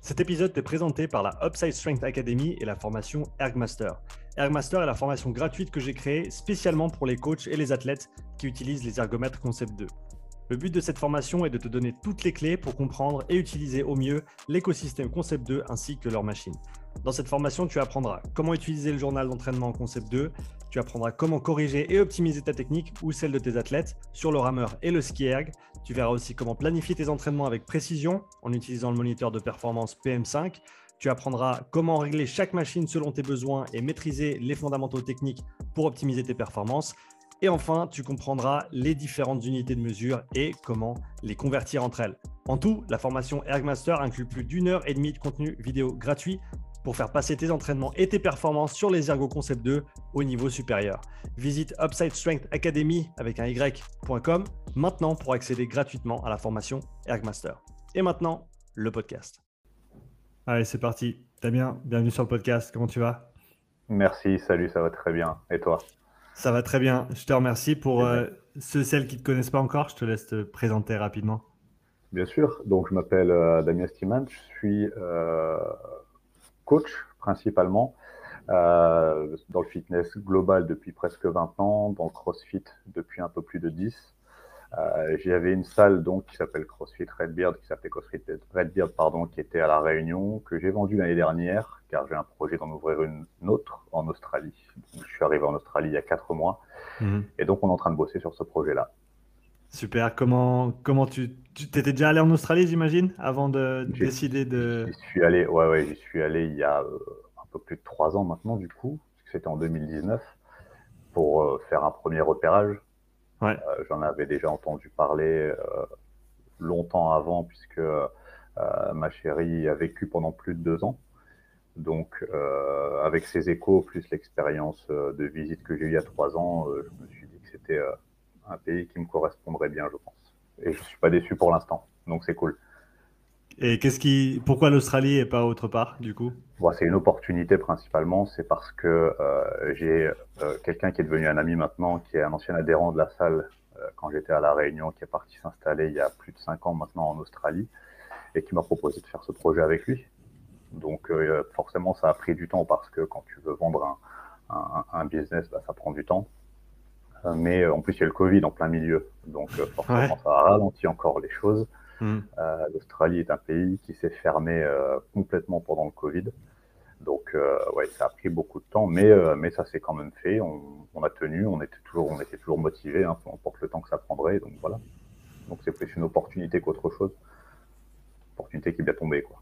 Cet épisode est présenté par la Upside Strength Academy et la formation Ergmaster. Ergmaster est la formation gratuite que j'ai créée spécialement pour les coachs et les athlètes qui utilisent les ergomètres Concept 2. Le but de cette formation est de te donner toutes les clés pour comprendre et utiliser au mieux l'écosystème Concept 2 ainsi que leur machine. Dans cette formation, tu apprendras comment utiliser le journal d'entraînement Concept 2, tu apprendras comment corriger et optimiser ta technique ou celle de tes athlètes sur le rameur et le ski erg. Tu verras aussi comment planifier tes entraînements avec précision en utilisant le moniteur de performance PM5. Tu apprendras comment régler chaque machine selon tes besoins et maîtriser les fondamentaux techniques pour optimiser tes performances. Et enfin, tu comprendras les différentes unités de mesure et comment les convertir entre elles. En tout, la formation Ergmaster inclut plus d'1 heure et demie de contenu vidéo gratuit pour faire passer tes entraînements et tes performances sur les Ergo Concept 2 au niveau supérieur. Visite Upside Strength Academy avec un y.com maintenant pour accéder gratuitement à la formation Ergmaster. Et maintenant, le podcast. Allez, c'est parti. Damien, bienvenue sur le podcast. Comment tu vas ? Merci, salut, ça va très bien. Et toi ? Ça va très bien. Je te remercie. Pour celles qui ne te connaissent pas encore, je te laisse te présenter rapidement. Bien sûr, donc je m'appelle Damien Stiman, je suis coach principalement dans le fitness global depuis presque 20 ans, dans le CrossFit depuis un peu plus de 10. J'avais une salle donc qui s'appelle CrossFit Redbeard, qui était à La Réunion, que j'ai vendue l'année dernière, car j'ai un projet d'en ouvrir une autre en Australie. Donc, je suis arrivé en Australie il y a 4 mois, et donc on est en train de bosser sur ce projet-là. Super. Comment tu t'étais déjà allé en Australie, j'imagine, avant de décider de... J'y suis allé il y a un peu plus de 3 ans maintenant, du coup, parce que c'était en 2019, pour faire un premier repérage. Ouais. J'en avais déjà entendu parler longtemps avant, puisque ma chérie a vécu pendant plus de 2 ans. Donc, avec ces échos, plus l'expérience de visite que j'ai eue il y a 3 ans, je me suis dit que c'était un pays qui me correspondrait bien, je pense. Et je ne suis pas déçu pour l'instant, donc c'est cool. Et pourquoi l'Australie et pas autre part, du coup ? Bon, c'est une opportunité principalement, c'est parce que j'ai quelqu'un qui est devenu un ami maintenant, qui est un ancien adhérent de la salle quand j'étais à La Réunion, qui est parti s'installer il y a plus de 5 ans maintenant en Australie, et qui m'a proposé de faire ce projet avec lui. Donc forcément, ça a pris du temps, parce que quand tu veux vendre un business, bah, ça prend du temps. Mais en plus, il y a le Covid en plein milieu, donc forcément, ça a ralenti encore les choses. L'Australie est un pays qui s'est fermé complètement pendant le Covid. Donc, ouais, ça a pris beaucoup de temps, mais ça s'est quand même fait. On a tenu, on était toujours motivés, hein, peu importe le temps que ça prendrait. Donc voilà. Donc c'est plus une opportunité qu'autre chose. Opportunité qui est bien tombée, quoi.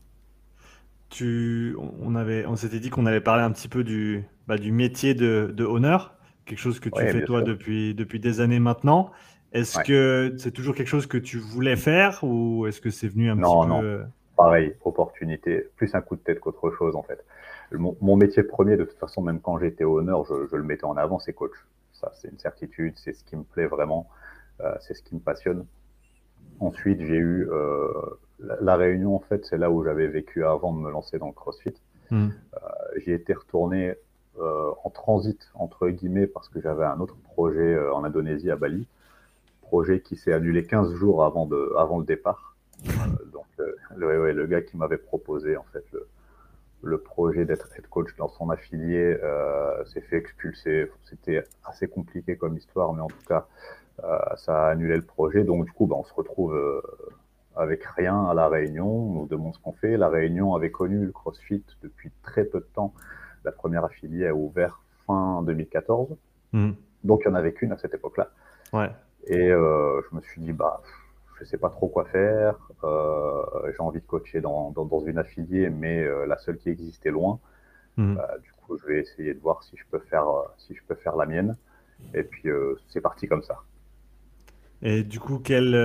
On s'était dit qu'on allait parler un petit peu du métier de owner, quelque chose que tu Ouais, fais bien toi sûr. depuis des années maintenant. Est-ce Ouais. que c'est toujours quelque chose que tu voulais faire ou est-ce que c'est venu un petit Non. peu... Pareil, opportunité, plus un coup de tête qu'autre chose, en fait. Mon métier premier, de toute façon, même quand j'étais honneur, je le mettais en avant, c'est coach. Ça, c'est une certitude, c'est ce qui me plaît vraiment, c'est ce qui me passionne. Ensuite, j'ai eu la Réunion, en fait, c'est là où j'avais vécu avant de me lancer dans le CrossFit. J'y étais retourné en transit, entre guillemets, parce que j'avais un autre projet en Indonésie, à Bali. Projet qui s'est annulé 15 jours avant le départ. Donc, le gars qui m'avait proposé, en fait, le projet d'être head coach dans son affilié s'est fait expulser. C'était assez compliqué comme histoire, mais en tout cas, ça a annulé le projet. Donc, du coup, on se retrouve avec rien à La Réunion. On nous demande ce qu'on fait. La Réunion avait connu le CrossFit depuis très peu de temps. La première affiliée a ouvert fin 2014. Donc, il n'y en avait qu'une à cette époque-là. Ouais. Et je me suis dit, je sais pas trop quoi faire. J'ai envie de coacher dans une affiliée, mais la seule qui existait loin. Du coup, je vais essayer de voir si je peux faire la mienne. Et puis, c'est parti comme ça. Et du coup,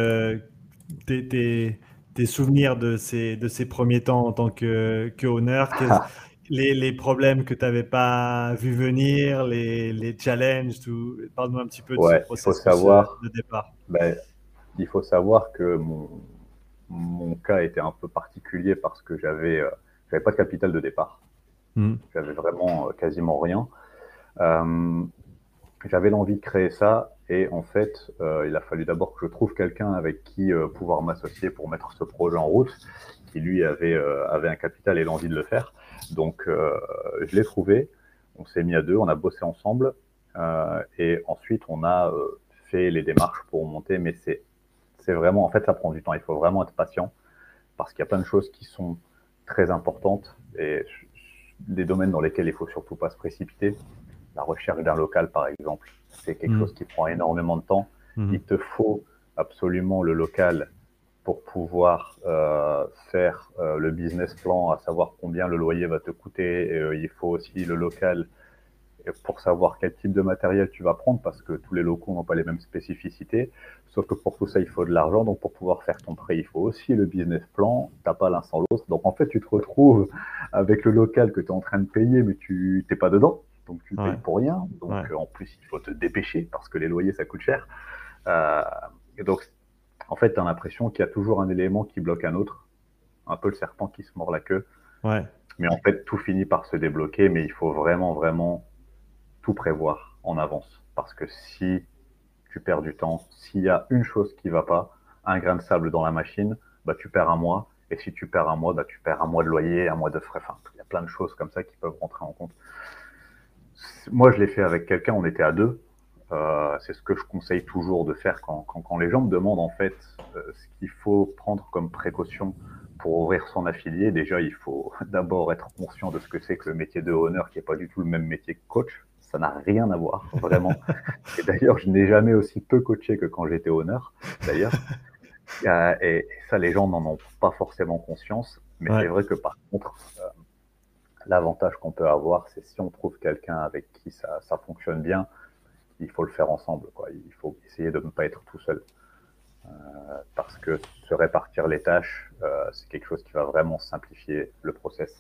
tes souvenirs de ces premiers temps en tant que owner, les problèmes que tu n'avais pas vu venir, les challenges, tout. Parle-nous un petit peu de ce Ouais, il faut processus savoir, de départ. il faut savoir que mon cas était un peu particulier, parce que j'avais pas de capital de départ. J'avais vraiment quasiment rien. j'avais l'envie de créer ça et en fait, il a fallu d'abord que je trouve quelqu'un avec qui pouvoir m'associer pour mettre ce projet en route, qui lui avait un capital et l'envie de le faire. Donc, je l'ai trouvé, on s'est mis à deux, on a bossé ensemble et ensuite on a fait les démarches pour monter, mais c'est vraiment, en fait, ça prend du temps, il faut vraiment être patient parce qu'il y a plein de choses qui sont très importantes et des domaines dans lesquels il faut surtout pas se précipiter. La recherche d'un local, par exemple, c'est quelque chose qui prend énormément de temps. Il te faut absolument le local pour pouvoir faire le business plan, à savoir combien le loyer va te coûter. Il faut aussi le local pour savoir quel type de matériel tu vas prendre, parce que tous les locaux n'ont pas les mêmes spécificités. Sauf que pour tout ça, il faut de l'argent. Donc, pour pouvoir faire ton prêt, il faut aussi le business plan. Tu n'as pas l'un sans l'autre. Donc, en fait, tu te retrouves avec le local que tu es en train de payer, mais tu n'es pas dedans. Donc, tu payes pour rien. Donc, en plus, il faut te dépêcher parce que les loyers, ça coûte cher. Et donc, en fait, tu as l'impression qu'il y a toujours un élément qui bloque un autre. Un peu le serpent qui se mord la queue. Mais en fait, tout finit par se débloquer. Mais il faut vraiment, vraiment tout prévoir en avance. Parce que si tu perds du temps, s'il y a une chose qui ne va pas, un grain de sable dans la machine, bah, tu perds un mois. Et si tu perds un mois, bah, tu perds un mois de loyer, un mois de frais. Enfin, il y a plein de choses comme ça qui peuvent rentrer en compte. Moi, je l'ai fait avec quelqu'un, on était à deux. C'est ce que je conseille toujours de faire quand les gens me demandent en fait ce qu'il faut prendre comme précaution pour ouvrir son affilié. Déjà, il faut d'abord être conscient de ce que c'est que le métier de honneur, qui n'est pas du tout le même métier que coach. Ça n'a rien à voir, vraiment. Et d'ailleurs, je n'ai jamais aussi peu coaché que quand j'étais honneur, d'ailleurs. Et ça, les gens n'en ont pas forcément conscience. Mais c'est vrai que par contre, l'avantage qu'on peut avoir, c'est si on trouve quelqu'un avec qui ça fonctionne bien, il faut le faire ensemble, quoi. Il faut essayer de ne pas être tout seul. Parce que se répartir les tâches, c'est quelque chose qui va vraiment simplifier le process.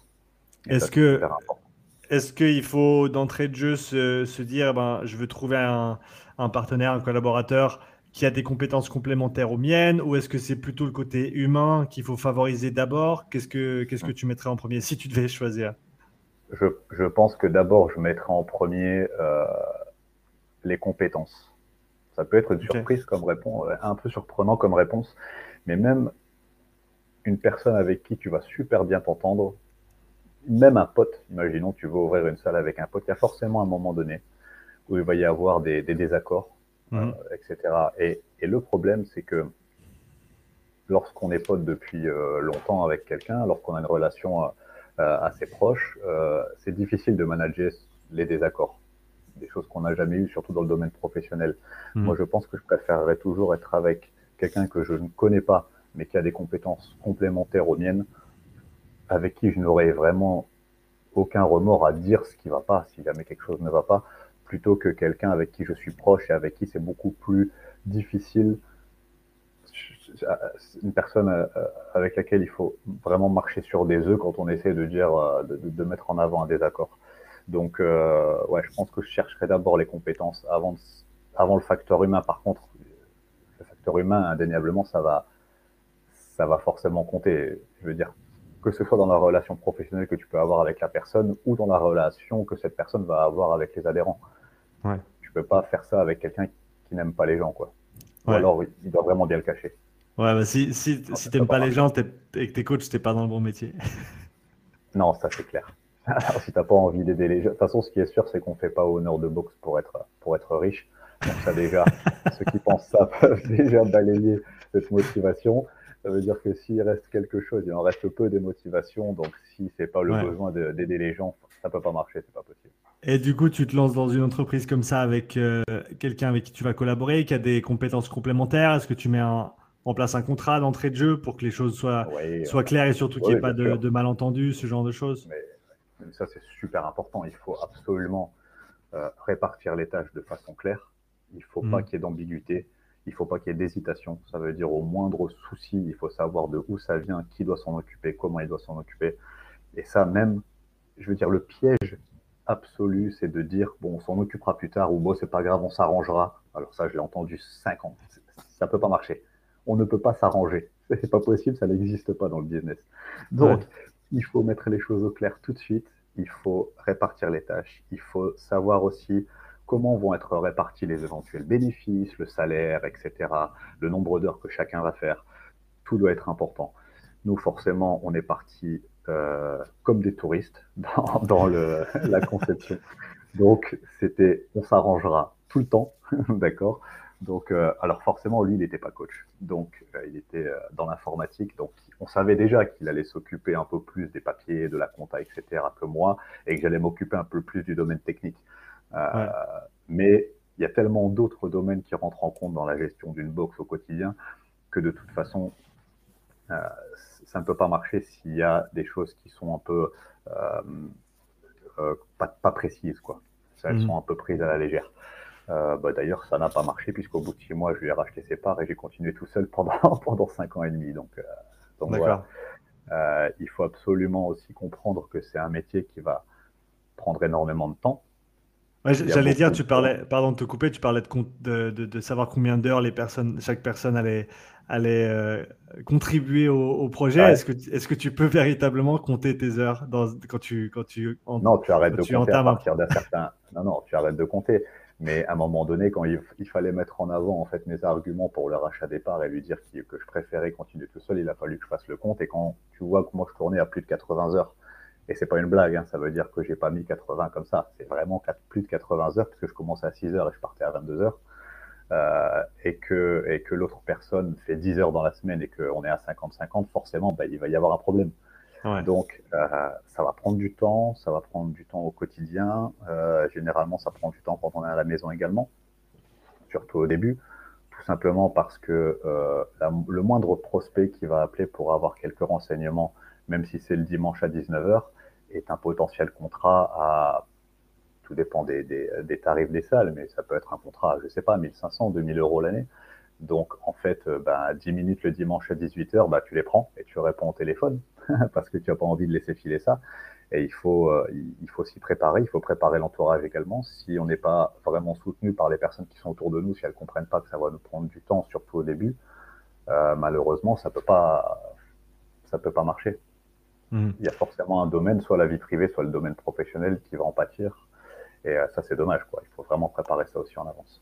Est-ce qu'il faut d'entrée de jeu se dire, ben, je veux trouver un partenaire, un collaborateur qui a des compétences complémentaires aux miennes, ou est-ce que c'est plutôt le côté humain qu'il faut favoriser d'abord? Qu'est-ce que tu mettrais en premier si tu devais choisir? Je pense que d'abord, je mettrais en premier les compétences. Ça peut être une surprise comme réponse, un peu surprenant comme réponse, mais même une personne avec qui tu vas super bien t'entendre, même un pote, imaginons tu veux ouvrir une salle avec un pote, il y a forcément un moment donné où il va y avoir des désaccords, etc. Et le problème, c'est que lorsqu'on est pote depuis longtemps avec quelqu'un, lorsqu'on a une relation assez proche, c'est difficile de manager les désaccords, des choses qu'on n'a jamais eues, surtout dans le domaine professionnel. Moi, je pense que je préférerais toujours être avec quelqu'un que je ne connais pas, mais qui a des compétences complémentaires aux miennes, avec qui je n'aurais vraiment aucun remords à dire ce qui ne va pas, si jamais quelque chose ne va pas, plutôt que quelqu'un avec qui je suis proche et avec qui c'est beaucoup plus difficile. Une personne avec laquelle il faut vraiment marcher sur des œufs quand on essaie de dire, de mettre en avant un désaccord. Donc, ouais, je pense que je chercherai d'abord les compétences avant le facteur humain. Par contre, le facteur humain, indéniablement, ça va forcément compter. Je veux dire, que ce soit dans la relation professionnelle que tu peux avoir avec la personne ou dans la relation que cette personne va avoir avec les adhérents. Tu peux pas faire ça avec quelqu'un qui n'aime pas les gens, quoi. Ou alors, il doit vraiment bien le cacher. Ouais, bah si t'aimes pas les gens et que t'es coach, t'es pas dans le bon métier. Non, ça c'est clair. Alors, si t'as pas envie d'aider les gens, de toute façon, ce qui est sûr, c'est qu'on fait pas honneur de boxe pour être riche. Donc ça déjà, ceux qui pensent ça peuvent déjà balayer cette motivation. Ça veut dire que s'il reste quelque chose, il en reste peu des motivations. Donc si c'est pas le besoin d'aider les gens, ça peut pas marcher, c'est pas possible. Et du coup, tu te lances dans une entreprise comme ça avec quelqu'un avec qui tu vas collaborer, qui a des compétences complémentaires. Est-ce que tu mets en place un contrat d'entrée de jeu pour que les choses soient claires et surtout qu'il n'y ait pas de malentendus, ce genre de choses? Mais ça, c'est super important. Il faut absolument répartir les tâches de façon claire. Il ne faut pas qu'il y ait d'ambiguïté. Il ne faut pas qu'il y ait d'hésitation. Ça veut dire au moindre souci, il faut savoir de où ça vient, qui doit s'en occuper, comment il doit s'en occuper. Et ça, même, je veux dire, le piège absolu, c'est de dire, bon, on s'en occupera plus tard, ou bon, c'est pas grave, on s'arrangera. Alors ça, je l'ai entendu 5 ans. Ça peut pas marcher. On ne peut pas s'arranger. C'est pas possible, ça n'existe pas dans le business. Donc, il faut mettre les choses au clair tout de suite. Il faut répartir les tâches. Il faut savoir aussi comment vont être répartis les éventuels bénéfices, le salaire, etc., le nombre d'heures que chacun va faire. Tout doit être important. Nous, forcément, on est parti comme des touristes dans la conception. Donc, c'était, on s'arrangera tout le temps, d'accord. Donc, alors forcément, lui, il n'était pas coach. Donc, il était dans l'informatique. Donc, on savait déjà qu'il allait s'occuper un peu plus des papiers, de la compta, etc. que moi, et que j'allais m'occuper un peu plus du domaine technique. Ouais. Mais il y a tellement d'autres domaines qui rentrent en compte dans la gestion d'une box au quotidien que de toute façon, ça ne peut pas marcher s'il y a des choses qui sont un peu pas précises, quoi. Elles sont un peu prises à la légère. D'ailleurs, ça n'a pas marché puisqu'au bout de 6 mois, je lui ai racheté ses parts et j'ai continué tout seul pendant 5 ans et demi. Donc voilà. D'accord. Il faut absolument aussi comprendre que c'est un métier qui va prendre énormément de temps. Ouais, Il y a j'allais dire, beaucoup de tu temps. parlais, pardon de te couper, tu parlais de savoir combien d'heures chaque personne allait contribuer au projet. Ouais. Est-ce que tu peux véritablement compter tes heures Non, tu arrêtes quand de tu compter à entames un partir projet? d'un certain. Non, non, tu arrêtes de compter. Mais à un moment donné, quand il fallait mettre en avant en fait mes arguments pour le rachat des parts et lui dire que je préférais continuer tout seul, il a fallu que je fasse le compte. Et quand tu vois que moi je tournais à plus de 80 heures, et c'est pas une blague, hein, ça veut dire que j'ai pas mis 80 comme ça, c'est vraiment plus de 80 heures parce que je commençais à 6 heures et je partais à 22 heures. Et que l'autre personne fait 10 heures dans la semaine et qu'on est à 50-50, forcément, il va y avoir un problème. Ouais. Donc, ça va prendre du temps, ça va prendre du temps au quotidien. Généralement, ça prend du temps quand on est à la maison également, surtout au début, tout simplement parce que le moindre prospect qui va appeler pour avoir quelques renseignements, même si c'est le dimanche à 19 heures, est un potentiel contrat à, tout dépend des tarifs des salles, mais ça peut être un contrat, je sais pas, 1500, 2000 euros l'année. Donc, en fait, 10 minutes le dimanche à 18 heures, tu les prends et tu réponds au téléphone parce que tu n'as pas envie de laisser filer ça. Et il faut s'y préparer, il faut préparer l'entourage également. Si on n'est pas vraiment soutenu par les personnes qui sont autour de nous, si elles ne comprennent pas que ça va nous prendre du temps, surtout au début, malheureusement, ça peut pas marcher. Mhm. Il y a forcément un domaine, soit la vie privée, soit le domaine professionnel qui va en pâtir. Et ça, c'est dommage, quoi. Il faut vraiment préparer ça aussi en avance.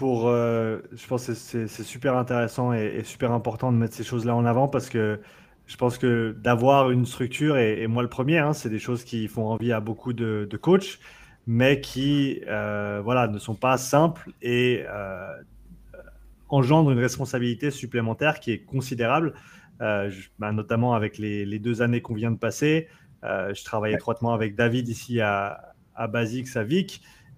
Je pense que c'est super intéressant et super important de mettre ces choses-là en avant parce que je pense que d'avoir une structure, et moi le premier, hein, c'est des choses qui font envie à beaucoup de coachs, mais qui voilà, ne sont pas simples et engendrent une responsabilité supplémentaire qui est considérable, notamment avec les 2 années qu'on vient de passer. Je travaille Ouais, étroitement avec David ici à Basics, à Vic,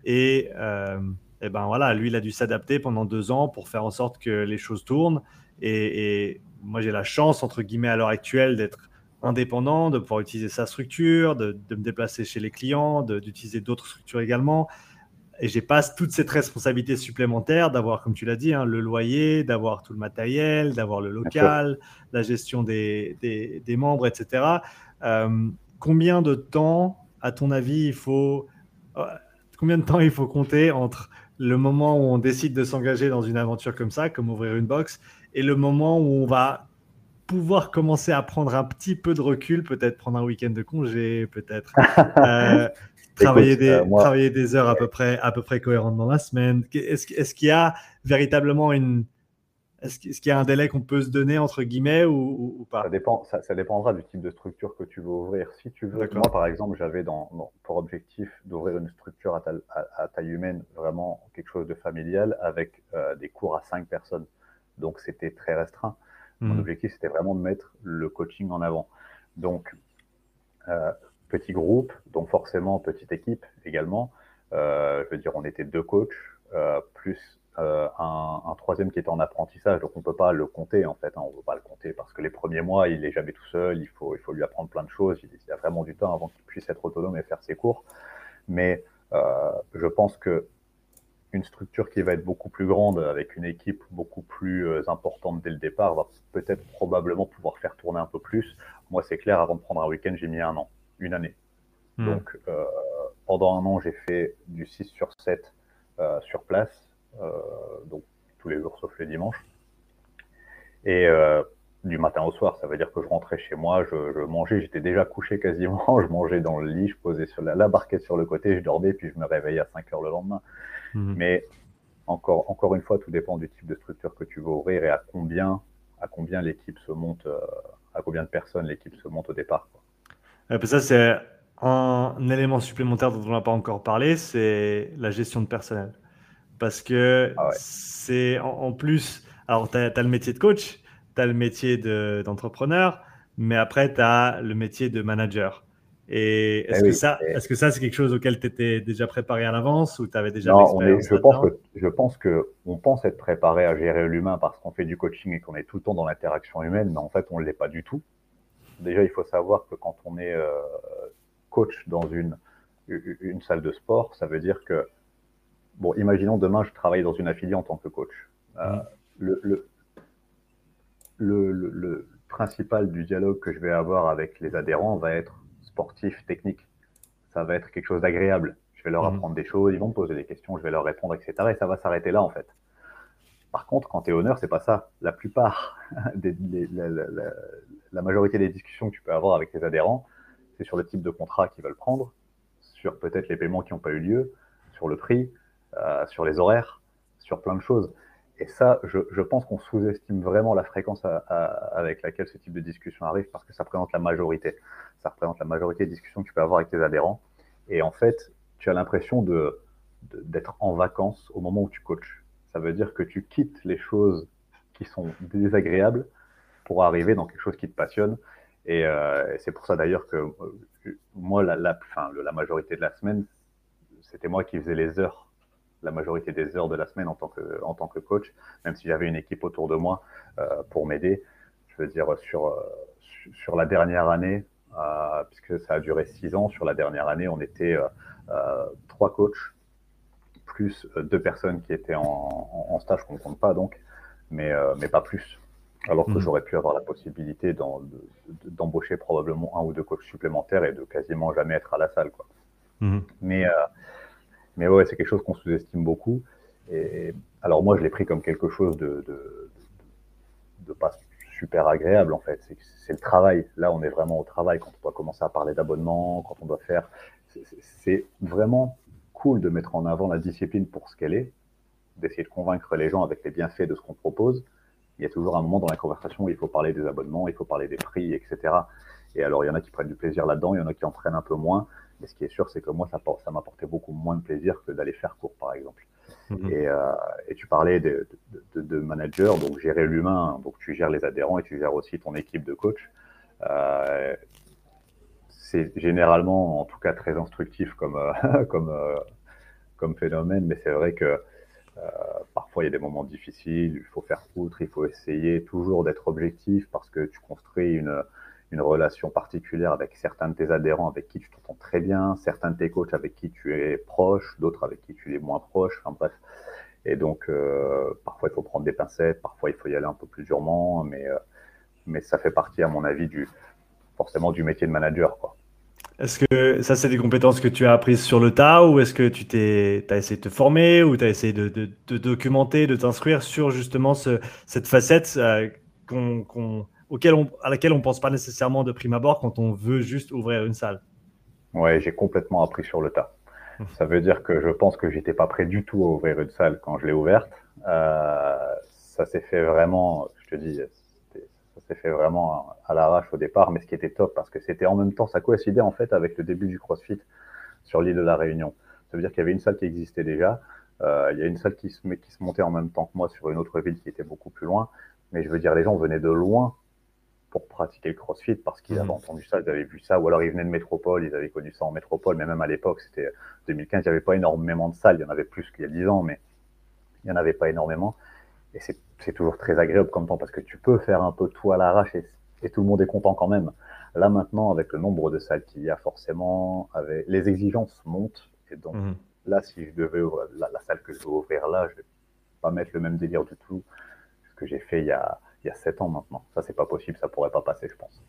et ben voilà, lui, il a dû s'adapter pendant 2 ans pour faire en sorte que les choses tournent. Et moi, j'ai la chance, entre guillemets, à l'heure actuelle, d'être indépendant, de pouvoir utiliser sa structure, de me déplacer chez les clients, d'utiliser d'autres structures également. Et j'ai pas toute cette responsabilité supplémentaire d'avoir, comme tu l'as dit, hein, le loyer, d'avoir tout le matériel, d'avoir le bien sûr. local, la gestion des membres, etc. Euh, combien de temps, à ton avis, euh, combien de temps il faut compter entre le moment où on décide de s'engager dans une aventure comme ça, comme ouvrir une box, et le moment où on va pouvoir commencer à prendre un petit peu de recul, peut-être prendre un week-end de congé, peut-être euh, Écoute, moi, travailler des heures à peu près cohérentes dans la semaine. Est-ce qu'il y a véritablement est-ce qu'il y a un délai qu'on peut se donner entre guillemets ou ça pas? dépend, ça dépendra du type de structure que tu veux ouvrir. Si tu veux, moi D'accord. par exemple, j'avais pour objectif d'ouvrir une structure à taille humaine, vraiment quelque chose de familial, avec des cours à 5 personnes. Donc c'était très restreint. Mon Mhm. objectif, c'était vraiment de mettre le coaching en avant. Donc, euh, petit groupe, donc forcément petite équipe également. Je veux dire, on était 2 coachs, plus un troisième qui était en apprentissage, donc on ne peut pas le compter en fait, hein, on ne peut pas le compter parce que les premiers mois, il n'est jamais tout seul, il faut lui apprendre plein de choses, il a vraiment du temps avant qu'il puisse être autonome et faire ses cours. Mais je pense que une structure qui va être beaucoup plus grande, avec une équipe beaucoup plus importante dès le départ, va peut-être probablement pouvoir faire tourner un peu plus. Moi, c'est clair, avant de prendre un week-end, j'ai mis 1 an, une année. Mhm. Donc, pendant 1 an, j'ai fait du 6 sur 7 sur place, donc tous les jours sauf le dimanche. Et du matin au soir. Ça veut dire que je rentrais chez moi, je mangeais, j'étais déjà couché quasiment, je mangeais dans le lit, je posais sur la barquette sur le côté, je dormais, puis je me réveillais à 5 heures le lendemain. Mhm. Mais encore une fois, tout dépend du type de structure que tu veux ouvrir et à combien l'équipe se monte, à combien de personnes l'équipe se monte au départ, quoi. Ça, c'est un élément supplémentaire dont on n'a pas encore parlé, c'est la gestion de personnel. Parce que Ah ouais. c'est en plus, alors tu as le métier de coach, tu as le métier d'entrepreneur, mais après tu as le métier de manager. Et Eh oui. est-ce que ça c'est quelque chose auquel tu étais déjà préparé à l'avance ou tu avais déjà de Non, l'expérience là-dedans? je pense que on pense être préparé à gérer l'humain parce qu'on fait du coaching et qu'on est tout le temps dans l'interaction humaine, mais en fait, on ne l'est pas du tout. Déjà, il faut savoir que quand on est coach dans une salle de sport, ça veut dire que, bon, imaginons demain, je travaille dans une affiliée en tant que coach. Euh, Mhm. le, le, le principal du dialogue que je vais avoir avec les adhérents va être sportif, technique. Ça va être quelque chose d'agréable. Je vais leur Mhm. apprendre des choses, ils vont me poser des questions, je vais leur répondre, etc. Et ça va s'arrêter là, en fait. Par contre, quand tu es honneur, c'est pas ça. La plupart, la majorité des discussions que tu peux avoir avec tes adhérents, c'est sur le type de contrat qu'ils veulent prendre, sur peut-être les paiements qui n'ont pas eu lieu, sur le prix, sur les horaires, sur plein de choses. Et ça, je pense qu'on sous-estime vraiment la fréquence avec laquelle ce type de discussion arrive parce que ça représente la majorité. Ça représente la majorité des discussions que tu peux avoir avec tes adhérents. Et en fait, tu as l'impression d'être en vacances au moment où tu coaches. Ça veut dire que tu quittes les choses qui sont désagréables pour arriver dans quelque chose qui te passionne. Et c'est pour ça d'ailleurs que moi, la majorité de la semaine, c'était moi qui faisais les heures, la majorité des heures de la semaine en tant que coach, même si j'avais une équipe autour de moi pour m'aider. Je veux dire, sur la dernière année, puisque ça a duré 6 ans, sur la dernière année, on était 3 coachs, plus 2 personnes qui étaient en stage qu'on ne compte pas donc, mais pas plus. Alors que Mhm. j'aurais pu avoir la possibilité d'embaucher probablement 1 ou 2 coachs supplémentaires et de quasiment jamais être à la salle, quoi. Mhm. Mais, mais ouais, c'est quelque chose qu'on sous-estime beaucoup. Et alors moi, je l'ai pris comme quelque chose de pas super agréable en fait. C'est le travail. Là, on est vraiment au travail quand on doit commencer à parler d'abonnement, quand on doit faire. C'est vraiment cool de mettre en avant la discipline pour ce qu'elle est, d'essayer de convaincre les gens avec les bienfaits de ce qu'on propose. Il y a toujours un moment dans la conversation où il faut parler des abonnements, il faut parler des prix, etc. Et alors, il y en a qui prennent du plaisir là-dedans, il y en a qui en prennent un peu moins. Mais ce qui est sûr, c'est que moi, ça m'apportait beaucoup moins de plaisir que d'aller faire cours, par exemple. Mhm. Et, euh, et tu parlais de manager, donc gérer l'humain, donc tu gères les adhérents et tu gères aussi ton équipe de coach. Euh, c'est généralement, en tout cas, très instructif comme phénomène, mais c'est vrai que parfois il y a des moments difficiles, il faut faire outre, il faut essayer toujours d'être objectif parce que tu construis une relation particulière avec certains de tes adhérents avec qui tu t'entends très bien, certains de tes coachs avec qui tu es proche, d'autres avec qui tu es moins proche, enfin bref. Et donc, parfois, il faut prendre des pincettes, parfois, il faut y aller un peu plus durement, mais ça fait partie, à mon avis, forcément du métier de manager, quoi. Est-ce que ça, c'est des compétences que tu as apprises sur le tas ou est-ce que t'as essayé de te former ou tu as essayé de documenter, de t'instruire sur justement cette facette à laquelle on ne pense pas nécessairement de prime abord quand on veut juste ouvrir une salle? Ouais, j'ai complètement appris sur le tas. Ça veut dire que je pense que j'étais pas prêt du tout à ouvrir une salle quand je l'ai ouverte. Ça s'est fait vraiment, je te dis, ça s'est fait vraiment à l'arrache au départ, mais ce qui était top parce que c'était en même temps, ça coïncidait en fait avec le début du CrossFit sur l'île de la Réunion. Ça veut dire qu'il y avait une salle qui existait déjà. Il y a une salle qui se montait en même temps que moi sur une autre ville qui était beaucoup plus loin. Mais je veux dire, les gens venaient de loin pour pratiquer le CrossFit parce qu'ils avaient Mhm. entendu ça, ils avaient vu ça, ou alors ils venaient de métropole, ils avaient connu ça en métropole, mais même à l'époque, c'était 2015, il n'y avait pas énormément de salles, il y en avait plus qu'il y a 10 ans, mais il n'y en avait pas énormément. Et c'est toujours très agréable comme temps parce que tu peux faire un peu tout à l'arrache et tout le monde est content quand même. Là maintenant, avec le nombre de salles qu'il y a forcément, avec, les exigences montent. Et donc Mhm. là, si je devais ouvrir la salle que je veux ouvrir là, je ne vais pas mettre le même délire du tout que j'ai fait il y a 7 ans maintenant. Ça, c'est pas possible, ça pourrait pas passer, je pense.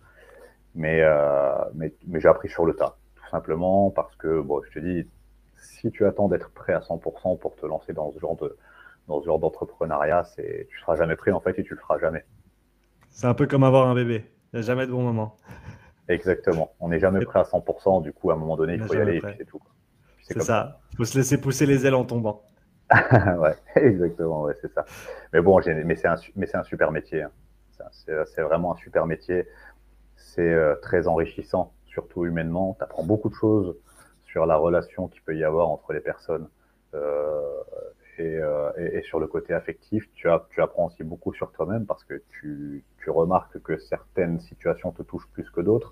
Mais j'ai appris sur le tas, tout simplement parce que, bon, je te dis, si tu attends d'être prêt à 100% pour te lancer dans ce genre d'entrepreneuriat, tu seras jamais prêt en fait et tu le feras jamais. C'est un peu comme avoir un bébé. Il n'y a jamais de bon moment. Exactement. On n'est jamais Et prêt à 100%. Du coup, à un moment donné, on il n'est faut y jamais aller et puis prêt. c'est tout, quoi. Puis c'est C'est comme ça. ça. Il faut se laisser pousser les ailes en tombant. Ouais, exactement, ouais, c'est ça. Mais bon, mais c'est un super métier, hein. C'est vraiment un super métier. C'est très enrichissant, surtout humainement. Tu apprends beaucoup de choses sur la relation qu'il peut y avoir entre les personnes euh, et sur le côté affectif. Tu apprends aussi beaucoup sur toi-même parce que tu remarques que certaines situations te touchent plus que d'autres.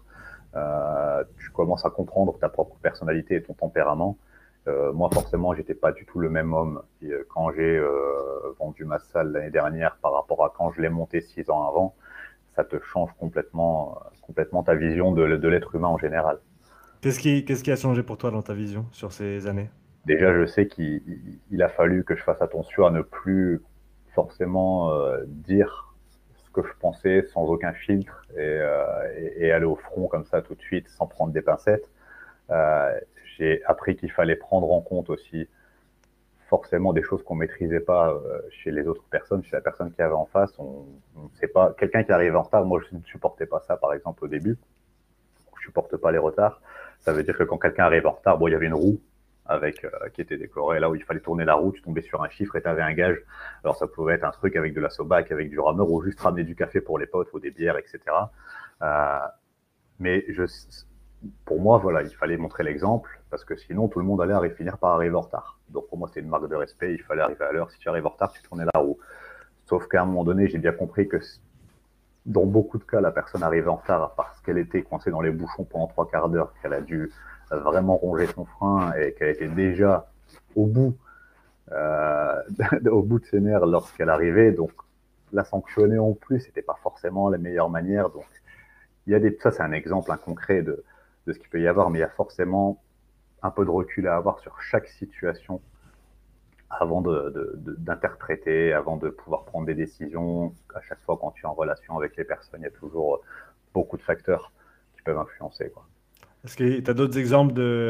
Tu commences à comprendre ta propre personnalité et ton tempérament. Moi, forcément, j'étais pas du tout le même homme quand j'ai vendu ma salle l'année dernière par rapport à quand je l'ai monté 6 ans avant. Ça te change complètement ta vision de l'être humain en général. Qu'est-ce qui a changé pour toi dans ta vision sur ces années? Déjà, je sais qu'il a fallu que je fasse attention à ne plus forcément dire ce que je pensais sans aucun filtre et aller au front comme ça tout de suite sans prendre des pincettes. Euh, j'ai appris qu'il fallait prendre en compte aussi forcément des choses qu'on maîtrisait pas chez les autres personnes, chez la personne qui avait en face. On sait pas quelqu'un qui arrive en retard. Moi, je ne supportais pas ça, par exemple, au début. Je supporte pas les retards. Ça veut dire que quand quelqu'un arrive en retard, bon, il y avait une roue avec qui était décorée là où il fallait tourner la roue, tu tombais sur un chiffre et tu avais un gage. Alors ça pouvait être un truc avec de la sobac, avec du rameur ou juste ramener du café pour les potes ou des bières, etc. Euh, mais pour moi, voilà, il fallait montrer l'exemple parce que sinon tout le monde allait finir par arriver en retard. Donc pour moi, c'est une marque de respect. Il fallait arriver à l'heure. Si tu arrives en retard, tu tournais la roue. Sauf qu'à un moment donné, j'ai bien compris que dans beaucoup de cas, la personne arrivait en retard parce qu'elle était coincée dans les bouchons pendant 3 quarts d'heure, qu'elle a dû vraiment ronger son frein et qu'elle était déjà au bout, euh, au bout de ses nerfs lorsqu'elle arrivait. Donc, la sanctionner en plus, c'était pas forcément la meilleure manière. Donc, ça, c'est un exemple concret de ce qu'il peut y avoir, mais il y a forcément un peu de recul à avoir sur chaque situation avant d'interpréter, avant de pouvoir prendre des décisions. À chaque fois, quand tu es en relation avec les personnes, il y a toujours beaucoup de facteurs qui peuvent influencer, quoi. Est-ce que tu as d'autres exemples